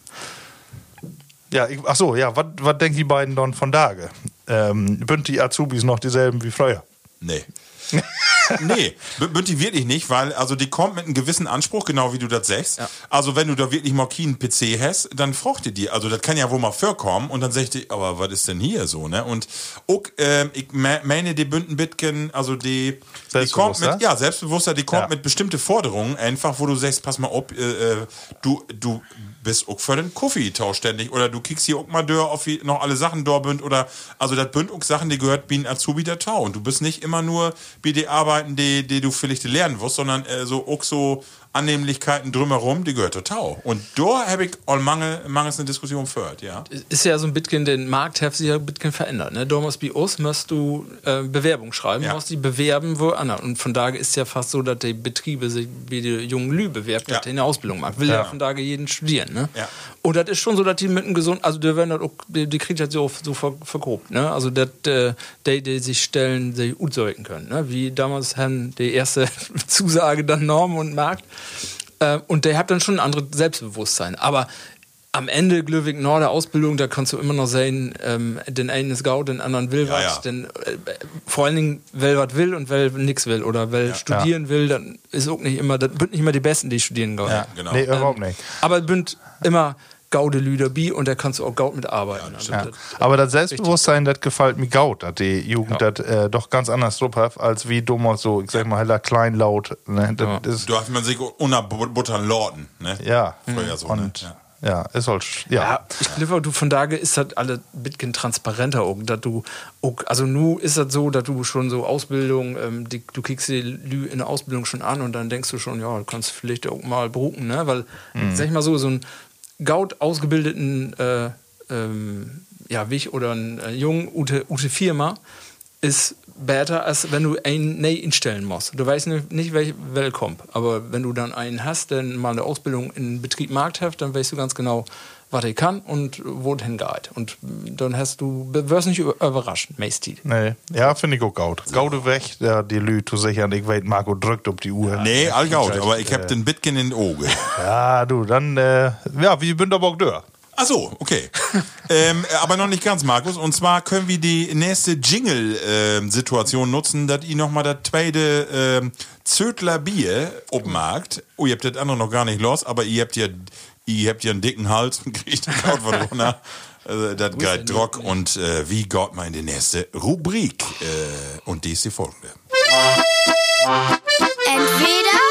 ja, was denken die beiden dann von Tage? Bünd die Azubis noch dieselben wie früher? Nee. Nee, bünd die wirklich nicht, weil also die kommt mit einem gewissen Anspruch, genau wie du das sagst. Ja. Also wenn du da wirklich mal keinen PC hast, dann fragt ihr die. Also das kann ja wohl mal vorkommen und dann sagt die, aber was ist denn hier so, ne? Und auch, ich meine, die bünden Bitcoin, also die kommt mit, ja, selbstbewusster, die kommt mit bestimmte Forderungen einfach, wo du sagst, pass mal auf, du bist auch für den Kaffee ständig oder du kickst hier auch mal durch, auf wie noch alle Sachen da bünd oder, also das bünd auch Sachen, die gehört wie ein Azubi der Tau und du bist nicht immer nur wie die Arbeiten, die du vielleicht lernen wirst, sondern so auch so Annehmlichkeiten drumherum, die gehört total. Und da habe ich all mangels eine Diskussion gehört, ja. Ist ja so ein bisschen, den Markt hat sich ja ein bisschen verändert. Ne? Damals bei uns musst du Bewerbung schreiben, musst die bewerben woanders. Und von daher ist ja fast so, dass die Betriebe sich wie die jungen Lü bewerbt, dass die eine Ausbildung machen. Will ja von daher jeden studieren. Ne? Ja. Und das ist schon so, dass die mit einem gesunden, also die werden das auch, die kriegt das so vergrobt. Ne? Also dass die sich Stellen sich gut sollten können. Ne? Wie damals haben die erste Zusage dann Norm und Markt. Und der hat dann schon ein anderes Selbstbewusstsein. Aber am Ende, Glöwig Nord der Ausbildung, da kannst du immer noch sehen, den einen ist Gaut, den anderen will was. Ja. Denn, vor allen Dingen, wer was will und wer nichts will oder wer studieren will, dann ist auch nicht immer, das sind nicht immer die Besten, die studieren gehen. Ja, genau. Nee, überhaupt nicht. Aber es sind immer Gaude Lüder bi und da kannst du auch Gaut mitarbeiten. Ja, also aber das Selbstbewusstsein, das gefällt mir Gaut, dass die Jugend das doch ganz anders drauf hat, als wie damals so, ich sag mal, heller kleinlaut. Ne? Das du hast man sich unter Buttern lorten, ne? Ja. Früher so, und ne? Ja, ist halt, ja, ich glaube, du von daher ist das alle ein bisschen transparenter auch, dass du, also nu ist das so, dass du schon so Ausbildung, du kriegst die Lü in der Ausbildung schon an und dann denkst du schon, ja, du kannst vielleicht auch mal berufen, ne, weil, sag ich mal so ein Gaut ausgebildeten, Wich oder einen jungen Ute Firma ist besser, als wenn du einen neu instellen musst. Du weißt nicht, wer kommt. Aber wenn du dann einen hast, der mal eine Ausbildung in Betrieb Markt hat, dann weißt du ganz genau, was er kann und wo es hingeht. Und dann wirst nicht überrascht, meistens. Nee, ja, finde ich auch Gaut. Gaude weg, ja, die Lü zu sichern. Ich weiß, Marco drückt auf die Uhr. Nee, all Gaut, aber ich hab den Bitcoin in den Augen. Ja, du, dann, wie bünd aber auch dör. Ach so, okay. Aber noch nicht ganz, Markus. Und zwar können wir die nächste Jingle-Situation nutzen, dass ihr nochmal das zweite Zödler Bier obmagt. Oh, ihr habt das andere noch gar nicht los, aber ihr habt ja einen dicken Hals und kriegt den Kaut von runter. Das geht Drock. Und wie geht man in die nächste Rubrik? Und die ist die folgende. Entweder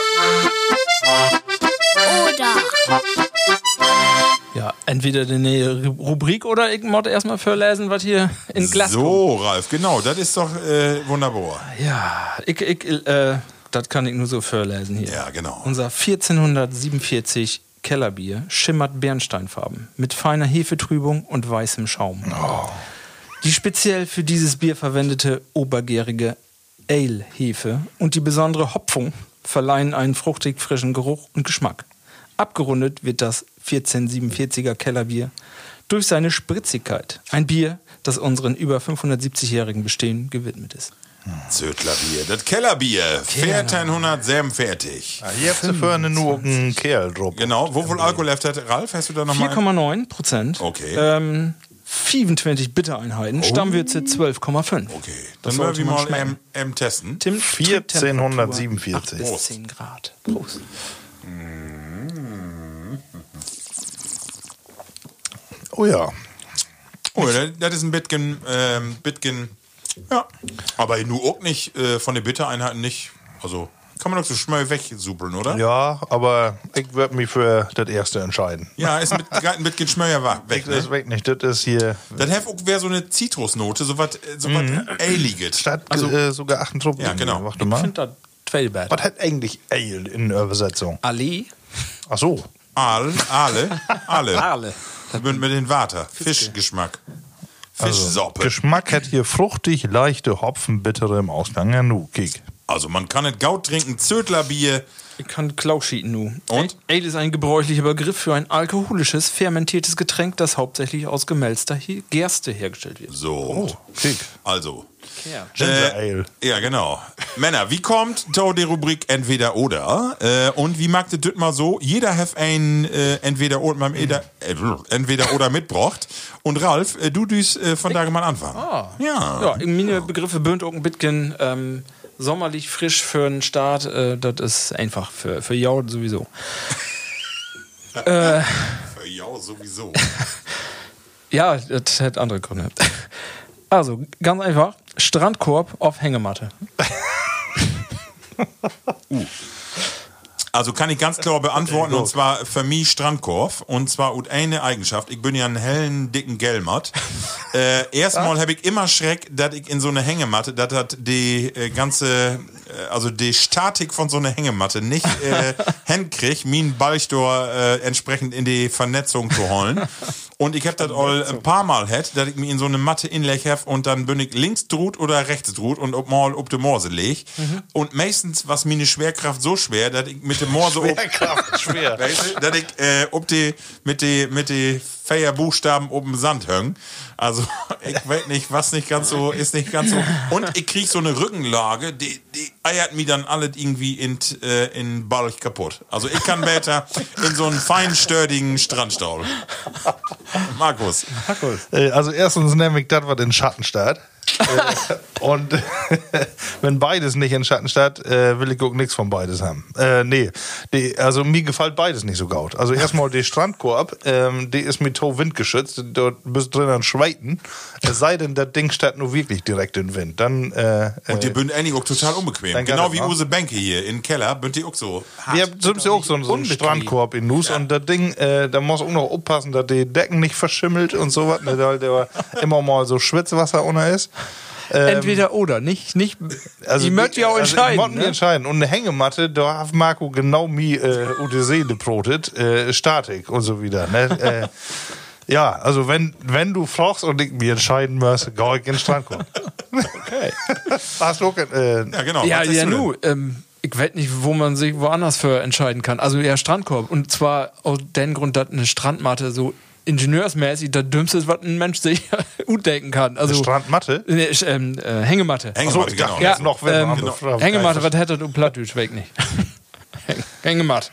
oder. Ja, entweder die Rubrik oder ich muss erstmal vorlesen, was hier in Glas kommt. So, Ralf, genau, das ist doch wunderbar. Ja, das kann ich nur so vorlesen hier. Ja, genau. Unser 1447 Kellerbier schimmert bernsteinfarben mit feiner Hefetrübung und weißem Schaum. Oh. Die speziell für dieses Bier verwendete obergärige Ale-Hefe und die besondere Hopfung verleihen einen fruchtig frischen Geruch und Geschmack. Abgerundet wird das 1447er Kellerbier durch seine Spritzigkeit. Ein Bier, das unseren über 570-jährigen Bestehen gewidmet ist. Zödlerbier, das Kellerbier, 1447. Ja, jetzt für nur einen Kerl drauf. Genau, wo wohl Alkohol hat, Ralf? Hast du da nochmal? 4,9%. Okay. 25 Bittereinheiten, Stammwürze 12,5. Okay, dann wollen wir mal testen. Tim, 1447. 8 bis 10 Grad. Prost. Oh ja. Oh, das ist ein Bitcoin, ja. Aber nur auch nicht von den Bittereinheiten nicht Also kann man doch so schnell wegsupeln, oder? Ja, aber ich würde mich für das erste entscheiden. Ja, ist mit Geschmäuer weg, Das ist ne? weg nicht, das ist hier Das wäre so eine Zitrusnote, so was Aliges. statt sogar 8 Truppen. Ja, genau. Warte Ich mal. finde das Twellbad. Was hat eigentlich Ale in der Übersetzung? Allee? Ach so. Ale. Aale. Mit den Water. Fischgeschmack. Also, Fischsoppe. Geschmack hat hier fruchtig, leichte Hopfen, bittere im Ausgang. Ja, nu, kick. Also man kann nicht Gaut trinken, Zödlerbier. Ich kann Klauschieten nu. Und? Ale ist ein gebräuchlicher Begriff für ein alkoholisches, fermentiertes Getränk, das hauptsächlich aus gemälzter Gerste hergestellt wird. So. Kick. Also. Ginger Ale. Ja, genau. Männer, wie kommt da die Rubrik Entweder oder? Und wie mag das mal so? Jeder hat ein Entweder oder mitgebracht. Und Ralf, du düst von da mal anfangen. Ja, meine Begriffe bünd auch ein bisschen sommerlich frisch für einen Start. Das ist einfach für Jau sowieso. Ja, sowieso. Ja, das hat andere Gründe. Also, ganz einfach, Strandkorb auf Hängematte. Also kann ich ganz klar beantworten, und zwar für mich Strandkorb. Und zwar ut eine Eigenschaft. Ich bin ja einen hellen, dicken Gelmert. Erstmal habe ich immer Schreck, dass ich in so eine Hängematte, dass hat die ganze, also die Statik von so einer Hängematte nicht hinkrieg, meinen Ballstor entsprechend in die Vernetzung zu holen. Und ich hab das all ein paar Mal dass ich mich in so eine Matte inleg hab und dann bin ich links drut oder rechts drut und mal ob de Morse leg. Und meistens was meine Schwerkraft so schwer, dass ich mit dem Morse Schwer. dass ich mit die Feierbuchstaben oben Sand hängen. Also ich weiß nicht, was nicht ganz so ist, nicht ganz so. Und ich krieg so eine Rückenlage, die eiert mir dann alles irgendwie in Balch kaputt. Also ich kann später in so einen feinstördigen Strandstaul. Markus. Also erstens nehme ich das, was in Schatten steht. Und wenn beides nicht in Schatten steht, will ich auch nichts von beides haben. Nee, also mir gefällt beides nicht so gut. Also erstmal die Strandkorb, die ist mit Wind geschützt, dort bist drin an Schweiten. Es sei denn, das Ding steht nur wirklich direkt in Wind. Dann, Und die bünd eigentlich auch total unbequem. dann Genau geht wie das, ne? Use Bänke hier im Keller, bünd die auch so hart. wir haben auch so einen Strandkorb in Nus und das Ding, da muss auch noch aufpassen, dass die Decken nicht verschimmelt und sowas, ne, weil da immer mal so Schwitzwasser unter ist. Entweder oder, nicht. Also die möchte ja auch entscheiden. Also, entscheiden. Und eine Hängematte, da hat Marco genau wie die Seele brotet, Statik und so wieder. Ne? Ja, also wenn du fragst und ich mir entscheiden muss, geh ich in den Strandkorb. Okay. Hast du Ja, genau. Ja, Was sagst ja, du denn? nu. Ich weiß nicht, wo man sich woanders für entscheiden kann. Also ja, Strandkorb. Und zwar aus dem Grund, dass eine Strandmatte so ingenieursmäßig das Dümmste ist, was ein Mensch sich denken kann. Also Strandmatte? Nee, Hängematte. Hängematte, Achso, genau. Ja, jetzt noch, wenn man andere Fragen- Hängematte, was hättet du Plattdeutsch weg nicht? Hängematte.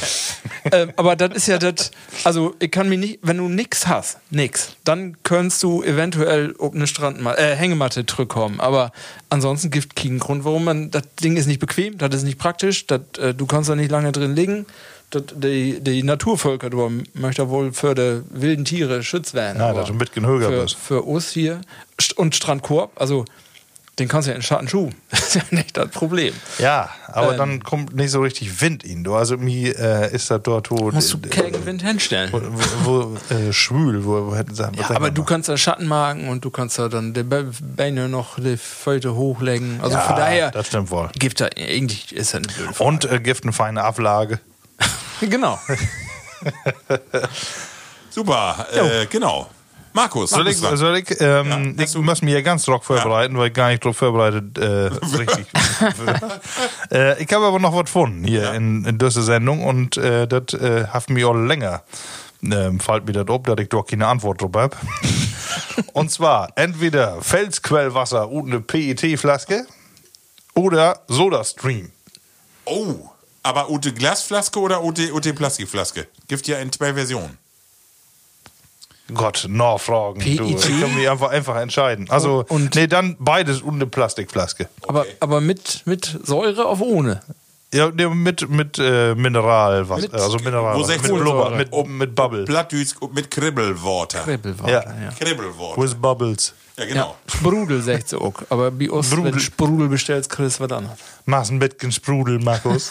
Aber das ist ja das, also ich kann mir nicht, wenn du nix hast, dann könntest du eventuell auf eine Hängematte zurückkommen. Aber ansonsten gibt es keinen Grund, warum man, das Ding ist nicht bequem, das ist nicht praktisch, du kannst da nicht lange drin liegen. Die Naturvölker, du möchtest wohl für die wilden Tiere schützt werden. Ja, aber dass du mit Genhöger bist. für uns hier und Strandkorb, also den kannst du ja in Schatten schuhen. Das ist ja nicht das Problem. Ja, aber dann kommt nicht so richtig Wind in. Du. Also mir ist das dort, wo Musst du gegen Wind hinstellen. wo schwül, wo hätten sagen. Ja, aber du kannst da Schatten machen und du kannst da dann die Beine noch die Föte hochlegen. Also von daher das stimmt wohl. gibt da eigentlich ist das eine blöde Frage. Und gibt eine feine Ablage. Genau. Super, genau. Markus, Soll ich muss mich ja ganz drauf vorbereiten, weil ich gar nicht drauf vorbereitet richtig. Ich habe aber noch was gefunden hier in dieser Sendung und das hat mich auch länger fällt mir das auf, dass ich doch keine Antwort drauf habe. Und zwar entweder Felsquellwasser und eine PET-Flaske oder Sodastream. Oh, aber Ute Glasflaske oder Ute Plastikflaske? Gibt ja in 2 Versionen. Gott, Fragen. PET? Du, ich kann mich einfach entscheiden. Also, nee, dann beides und eine Plastikflaske. Aber mit Säure auf ohne. Ja, mit Mineralwasser. Also Mineralwasser. Wo Mit Blubber, mit Bubble. Plattdütsch mit Kribbelwater. Kribbelwater, Ja. ja. Kribbelwater. With Bubbles. Ja, genau. Sprudel, sagt sie auch. Aber bei uns, wenn du Sprudel bestellst, kriegst du was anderes. Mach's ein bisschen Sprudel, Markus.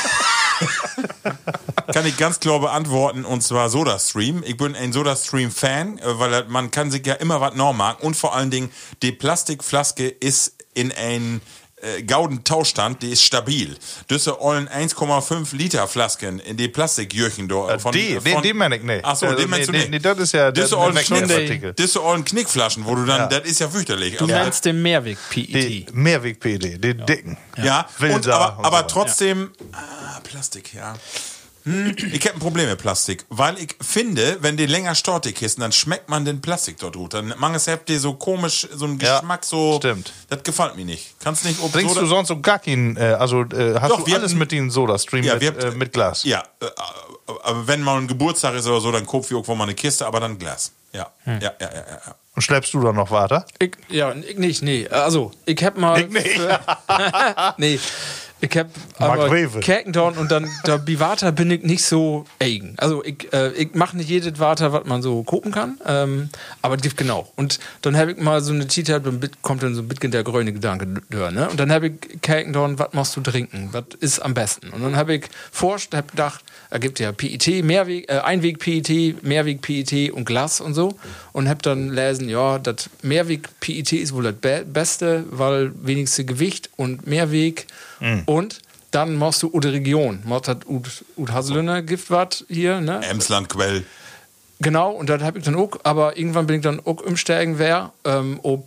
Kann ich ganz klar beantworten, und zwar SodaStream. Ich bin ein SodaStream-Fan, weil man kann sich ja immer was neu machen, und vor allen Dingen, die Plastikflaske ist in ein gauden Tauschstand, die ist stabil. Düsse ollen 1,5 Liter Flasken in die Plastikjürchen dort. Den meine ich nicht. Achso, den meinst du nicht. Nee, das ist ja Düsse ollen Knickflaschen, wo du dann, das ist ja fürchterlich. Du meinst den Mehrweg-PET. Die Mehrweg-PET, den dicken. Ja, und, Wilder aber und so. trotzdem, Plastik, ja. Ich hab ein Problem mit Plastik, weil ich finde, wenn die länger stortig ist, dann schmeckt man den Plastik dort drunter. Dann manches habt ihr so komisch, so einen Geschmack, so. Stimmt. Das gefällt mir nicht. Kannst nicht. Trinkst du sonst so gar keinen, hast Doch, du alles mit den SodaStream mit Glas? Ja, aber wenn mal ein Geburtstag ist oder so, dann kaufe ich irgendwo mal eine Kiste, aber dann Glas. Ja. Ja. Und schleppst du dann noch weiter? Ich nicht, nee. Also, ich hab mal. Ich nicht. Nee. Ich hab aber Kerkendorn und dann da bei Water bin ich nicht so eigen. Also ich mache nicht jedes Water, was man so gucken kann, aber es gibt genau. Und dann habe ich mal so eine Tita, dann kommt dann so ein bisschen der grüne Gedanke durch, ne? Und dann habe ich Kerkendorn, was machst du trinken? Was ist am besten? Und dann habe ich forscht, habe gedacht, da gibt ja PET, Einweg-PET, Mehrweg-PET und Glas und so. Und habe dann lesen, ja, das Mehrweg-PET ist wohl das Beste, weil wenigste Gewicht und Mehrweg. Und dann machst du Ude Region. Machst hat Ud Haselöhner Gift wat hier, ne? Emslandquell. Genau, und das habe ich dann auch, aber irgendwann bin ich dann auch umsteigen, ob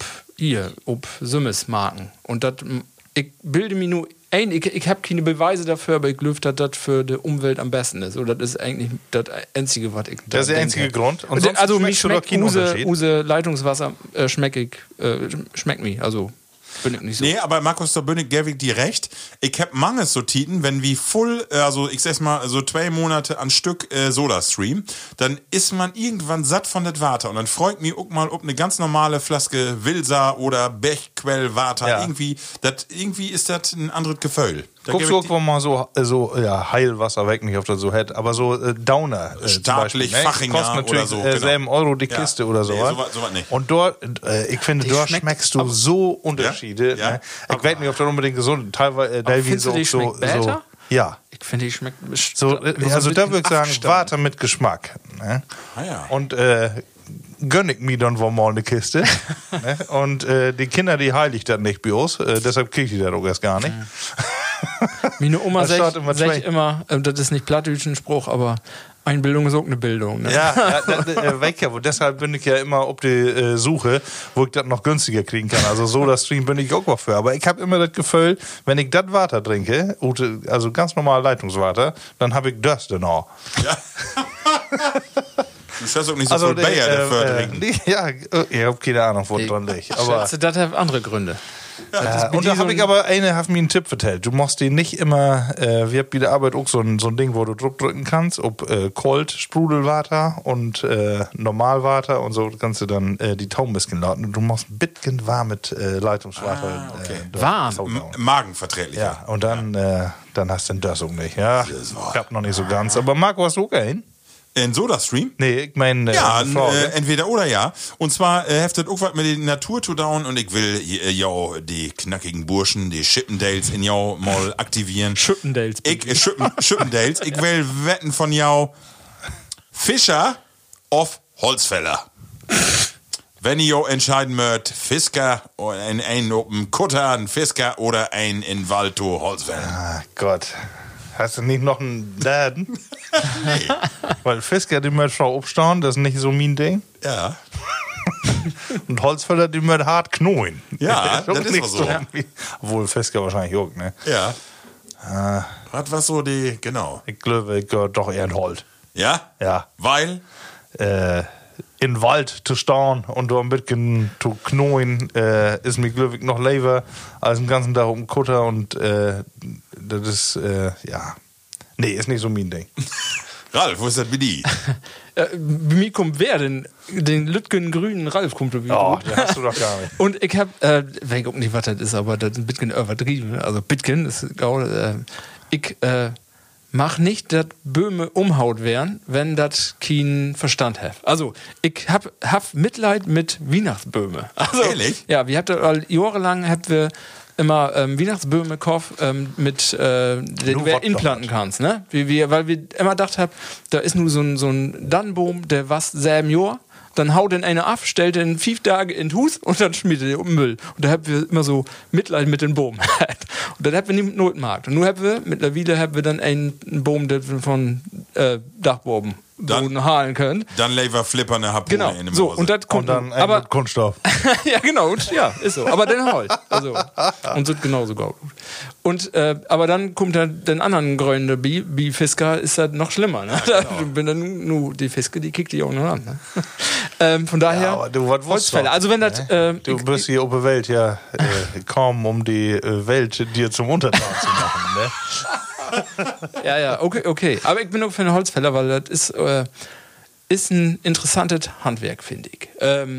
Sümmes Marken. Und das, ich bilde mir nur ein, ich habe keine Beweise dafür, aber ich glaube, dass das für die Umwelt am besten ist. Oder das ist eigentlich das Einzige, was ich Das ist der einzige Grund? Und sonst also mich schmeckt Use Leitungswasser schmeckt mir, also bin ich nicht so. Nee, aber Markus, da bin ich gäbig dir recht. Ich hab manches so Titen, wenn wie voll, also ich sag's mal, so 2 Monate an Stück SodaStream, dann ist man irgendwann satt von das Water. Und dann freut mich auch mal, ob eine ganz normale Flaske Wilsa oder Bechquellwater, Ja. irgendwie ist das ein anderes Gefühl. Da Guckst geb du ich irgendwo mal so Heilwasser weg, nicht, ob das so hätte, aber so Downer. Staatlich, zum Beispiel, Fachinger kostet natürlich oder so, genau. 7 Euro die Ja. Kiste oder so. Nee, sowas nicht. Und dort, ich finde, dort schmeckst du so Unterschiede. Ja? Ne? Ich weiß nicht, ob das unbedingt gesund ist. Teilweise findest du, die schmeckt besser? Ja. Ich finde, die schmeckt So, also da würde ich sagen, Water mit Geschmack. Ne? Ah, ja. Und gönn ich mir dann wohl mal eine Kiste. Ne? Und die Kinder, die heilig das nicht bei uns. Deshalb kriege ich das auch erst gar nicht. Meine Oma Das sagt steht immer immer, das ist nicht plattdütschen Spruch, aber Einbildung ist auch eine Bildung. Ne? Ja, deshalb bin ich ja immer auf die Suche, wo ich das noch günstiger kriegen kann. Also SodaStream bin ich auch mal für. Aber ich habe immer das Gefühl, wenn ich das Water trinke, also ganz normal Leitungswater, dann habe ich das dann auch. Ja. Du schaust auch nicht so viel Bayer dafür trinken. Ja, ich habe keine Ahnung, wo dran liegt. Aber Schätze, das hat andere Gründe. und da habe ich aber hat mir einen Tipp vertellt. Du musst die nicht immer, wir haben bei der Arbeit auch so ein Ding, wo du Druck drücken kannst, ob Cold Sprudelwater und Normalwater und so, kannst du dann die Tauben ein bisschen lauten. Und du musst ein bisschen warmes Leitungswater. Warm? Magenverträglich. Ja, und dann hast du den das auch nicht. Ja, klappt noch nicht so ganz. Aber Marco, hast du auch einen? In SodaStream? Nee, ich meine, Ja, entweder oder ja. Und zwar heftet auch was mit der Natur zu down und ich will die knackigen Burschen, die Chippendales in jou mal aktivieren. Chippendales. Chippendales. Ich will wetten von jou Fischer auf Holzfäller. Wenn ihr entscheiden mögt, Fisker, einen auf dem Kutter, ein Fisker oder ein in Wald to Holzfäller. Ah, Gott. Hast du nicht noch einen Laden? Nee. Weil Fisker, die möchte Frau aufstauen, das ist nicht so mein Ding. Ja. Und Holzfäller, die möchte hart knoien. Ja, das ist nicht auch so. Obwohl Fisker wahrscheinlich auch, ne? Ja. Hat was so die, genau. Ich glaube, ich gehöre doch eher in Holt. Ja? Ja. Weil? In Wald zu stauen und da ein bisschen zu knoien, ist mir, glaube ich, noch lieber als den ganzen Tag auf dem Kutter und das ist, nee, ist nicht so mein Ding. Ralf, wo ist das bei dir? Bei mir kommt wer denn? Den Lütgen grünen Ralf kommt da wieder. Oh, den hast du doch gar nicht. Und ich hab, wenn ich auch nicht, was das ist, aber das ist ein bisschen übertrieben. Also Bitcoin ist ich mach nicht, dass Böhme umhaut werden, wenn das kein Verstand hat. Also, ich hab Mitleid mit Weihnachtsböhme. Also, Ehrlich? Ja, wir habt jahrelang habt wir immer Weihnachtsböhme gekauft mit der du inplanten kannst, ne? Weil wir immer gedacht haben, da ist nur so ein Dannenbaum, der was selben Jahr. Dann haut den einer ab, stellt den 5 Tage in den Hus und dann schmiedet er um Müll. Und da haben wir immer so Mitleid mit den Boom. Und dann haben wir nicht Notmarkt. Und nun haben wir, mittlerweile haben wir dann einen Baum, den wir von Dachboden halen können. Dann lever flipperne Harpune Genau, in dem so, Hause. und das kommt Und dann aber mit Kunststoff. ja, genau, ja, ist so. Aber den Holz. Also, und sind genauso gut. Und, aber dann kommt da den anderen Grün, der Bi-Fisker, ist das noch schlimmer. Ne? Ja, genau. Bin dann nur die Fiske, die kickt die auch noch an. Ne? Von daher, aber du, was Holzfäller. Also, wenn das. Du bist hier auf der Welt ja kaum, um die Welt dir zum Untertan zu machen, ne? Ja, okay. Aber ich bin auch für einen Holzfäller, weil das ist ein interessantes Handwerk, finde ich.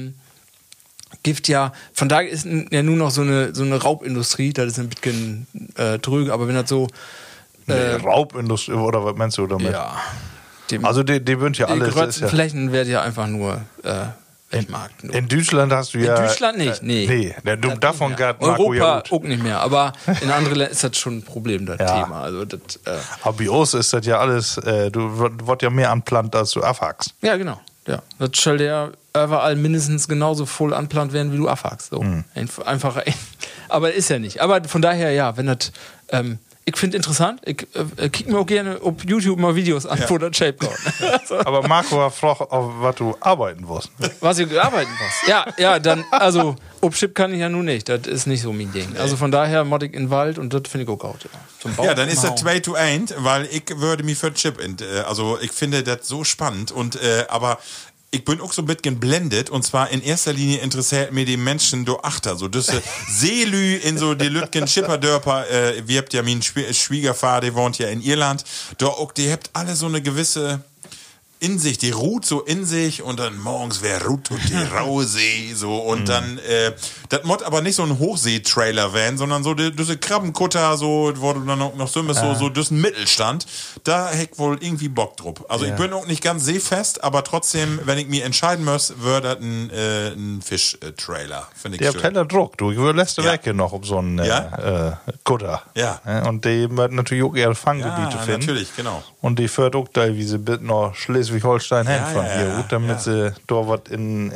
Gibt ja, von daher ist ja nur noch so eine Raubindustrie, das ist ein bisschen trüge, aber wenn das so. Raubindustrie, oder was meinst du damit? Ja. Also, die wünscht ja alles. Die Flächen werden ja einfach nur wegmarkt. In Deutschland hast du ja. In Deutschland nicht, nee. Davon gab Marco ja Europa auch nicht mehr, aber in anderen Ländern ist das schon ein Problem, das Thema. Also das, aber bei uns ist das ja alles, du wird ja mehr anplant, als du abhackst. Ja, genau. Ja. Das soll ja überall mindestens genauso voll anplant werden, wie du abhackst. So. Einfacher. Aber ist ja nicht. Aber von daher, ja, wenn das. Ich finde interessant. Ich kicke mir auch gerne auf YouTube mal Videos an, wo das Shape kommt. Aber Marco hat gefragt, auf was du arbeiten wirst. Was ich arbeiten muss. Ja, dann, also, ob Chip kann ich ja nun nicht. Das ist nicht so mein Ding. Also von daher mod ich in den Wald und das finde ich auch gut. Ja. Zum Bau Ja, dann ist das 2 to 1, weil ich würde mich für Chip, also ich finde das so spannend und, aber ich bin auch so ein bisschen blendet und zwar in erster Linie interessiert mir die Menschen do achter, so düsse Seelü in so die Lütgen Schipperdörper, wir habt ja mein Schwiegervater, der wohnt ja in Irland, da auch, die habt alle so eine gewisse in sich, die ruht so in sich und dann morgens wer ruht und die raue See so und dann das mod aber nicht so ein Hochsee-Trailer werden, sondern so diese Krabbenkutter so, wo du dann auch noch so diesen Mittelstand, da hätt wohl irgendwie Bock drauf. Also ich bin auch nicht ganz seefest, aber trotzdem, wenn ich mir entscheiden muss, würde das ein Fisch-Trailer, finde ich Der schön. Teller Druck, du, ich würde letzte Woche noch um so einen Kutter. Ja. Und die wird natürlich auch ihre Fanggebiete finden. Natürlich, genau. Und die führt auch teilweise bis nach Schleswig-Holstein hin von hier, gut, damit sie da was in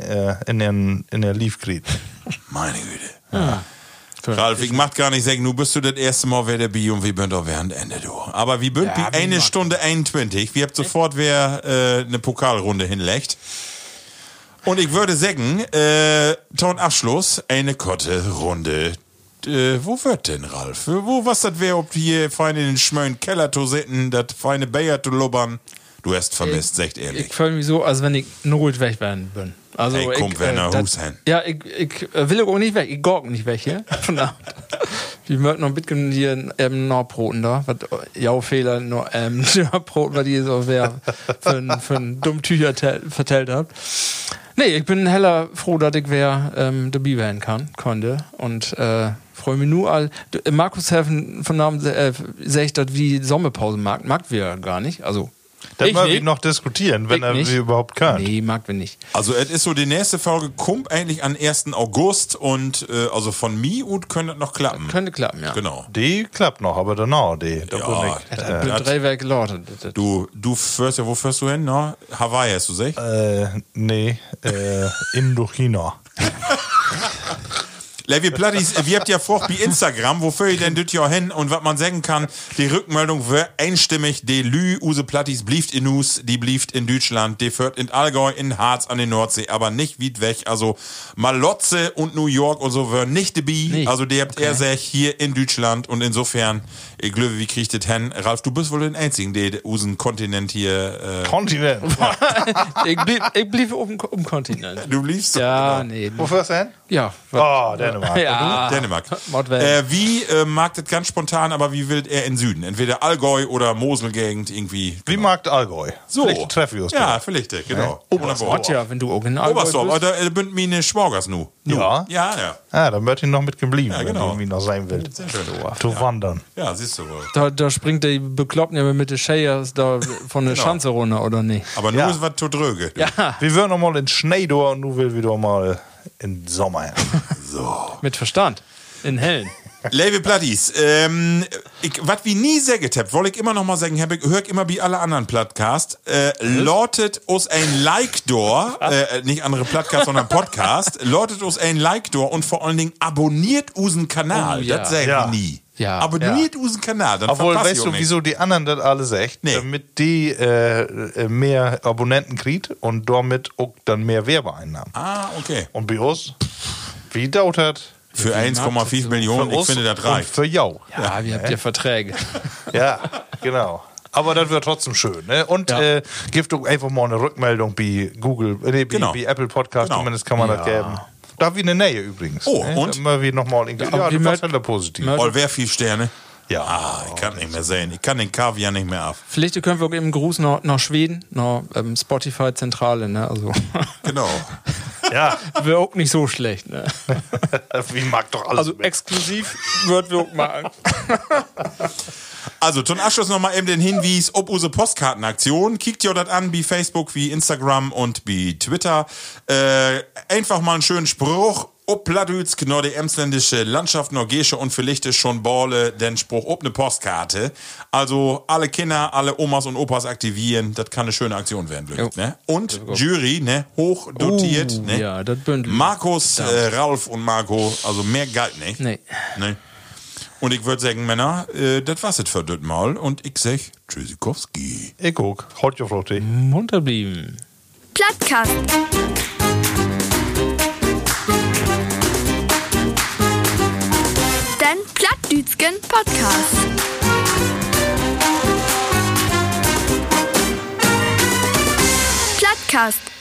der Lief kriegt. Meine Güte. Ralf, ich mach gar nicht sagen, du bist das erste Mal wieder dabei und wir sind auch während Ende du. Aber wir sind bei 1 Stunde 21. Wir habt sofort wer eine Pokalrunde hinlegt. Und ich würde sagen, zum Abschluss eine kurze Runde. Wo wird denn, Ralf? Was das wäre, ob hier fein in den schmönen Keller zu sitzen, das feine Bayer zu lubbern? Du hast vermisst, sagt ehrlich. Ich fühle mich so, als wenn ich nur weg werden bin. Also Hey, komm, Werner Hus hin. Ja, ich will auch nicht weg. Ich gorg nicht weg hier. Von Abend. Wir möchten noch ein bisschen hier Nordbroten da. Was Fehler, Nordbroten, weil die so wer für einen dummen Tücher vertellt habt. Nee, ich bin heller froh, dass ich dabei werden konnte. Und freue mich nur all. Markus Heffen von Namen sagt, dass wie die Sommerpause mag wir gar nicht. Also Das wollen wir noch diskutieren, wenn er sie überhaupt kann. Nee, mag wir nicht. Also, es ist so, die nächste Folge kommt eigentlich am 1. August und also von mir und könnte das noch klappen. Könnte klappen, ja. Genau. Die klappt noch, aber danach, die. Ja, Drei Werke Leute. Du fährst ja, wo fährst du hin? No? Hawaii hast du gesagt? Nee, Indochina. Levi Plattis, wir habt ja vor bei Instagram, wofür ihr denn das ja hin und was man sagen kann, die Rückmeldung war einstimmig, die Lü Use Plattis blieft in Us, die blieft in Deutschland, die führt in Allgäu, in Harz an der Nordsee, aber nicht weit weg, also Malotze und New York und so wären nicht dabei, Nee. also die habt er sich hier in Deutschland und insofern, ich glaube, wie kriegt das hin? Ralf, du bist wohl den einzigen, der usen Kontinent hier, Kontinent. Ich blieb auf dem Kontinent. du bliebst? Ja, nee. Wo fährst du hin? Ja. Oh, dann Dänemark. Ja. Dänemark. Mordwell. Wie mag das ganz spontan, aber wie will er in Süden? Entweder Allgäu oder Moselgegend irgendwie. Wie mag Allgäu? So. Vielleicht treffen wir uns Ja, da. vielleicht, genau. Oberstdorf, ja, wenn du original Oberstdorf, bist. da bünd meine Schwagers nu. Ja. Ja, ja. Ja, dann wird ihn noch mit geblieben, Ja, wenn genau. du irgendwie noch sein willst. Sehr schön. Zu wandern. Ja, siehst du wohl. Da springt der Bekloppten ja mit den Scheiers da von der Schanze runter, oder nicht? Aber nur Ja. ist was zu dröge. Ja, Wir würden noch mal in Schnee da und nu will wieder mal in Sommer. mit Verstand. In Hellen. Liebe Plattis, was wie nie säget habt, wollte ich immer noch mal sagen, hör ich immer wie alle anderen Podcasts, lautet uns ein Like door, nicht andere Podcasts, sondern Podcast, lautet uns ein Like door und vor allen Dingen abonniert unseren Kanal. Oh, ja. Das sagen Ja. wir nie. Ja. Abonniert unseren Kanal, dann Obwohl, verpasst weißt ihr du, auch wieso die anderen das alle sagt? Nee. Damit die mehr Abonnenten kriegt und damit auch dann mehr Werbeeinnahmen. Ah, okay. Und bei uns, wie dauert das? Für 1,5 Millionen, ich finde, das und reicht. für jou. Ja, wir habt ja Verträge. Ja, genau. Aber das wird trotzdem schön. Ne? Und Ja. gibt auch einfach mal eine Rückmeldung bei Google, Genau. bei Apple Podcast, Genau. zumindest kann man das geben. Da habe ich eine Nähe übrigens. Oh, ne? und? Immer wie nochmal irgendwie. aber Ja, wie du warst merkt- halt positiv. merkt- All wer 5 Sterne? Ja. Ah, ich kann nicht mehr sehen. Ich kann den Kaviar nicht mehr ab. Vielleicht können wir auch eben einen Gruß nach Schweden, nach Spotify-Zentrale, ne? Also, Genau. Ja, wäre auch nicht so schlecht, ne? wie mag doch alles. Also exklusiv wird wir auch machen. Also, zum Abschluss nochmal eben den Hinweis auf unsere Postkartenaktion. Kickt ihr das an, wie Facebook, wie Instagram und wie Twitter. Einfach mal einen schönen Spruch. Ob Plattdütsk, nur die emsländische Landschaft, nur Gesche und vielleicht ist schon Borle, den Spruch, ob eine Postkarte. Also, alle Kinder, alle Omas und Opas aktivieren. Das kann eine schöne Aktion werden, wirklich, Jo. ne? Und Jury, ne? Hoch dotiert, ne? Ja, das Bündel. Markus, Ralf und Marco, also mehr Geld nicht. Nee. Ne? Und ich würde sagen, Männer, das war's jetzt für das Mal. Und ich sag Tschüssikowski. Ich guck, haut ja fruchtig. Munter blieben. Plattkast. Den Plattdütschen Podcast. Plattkast.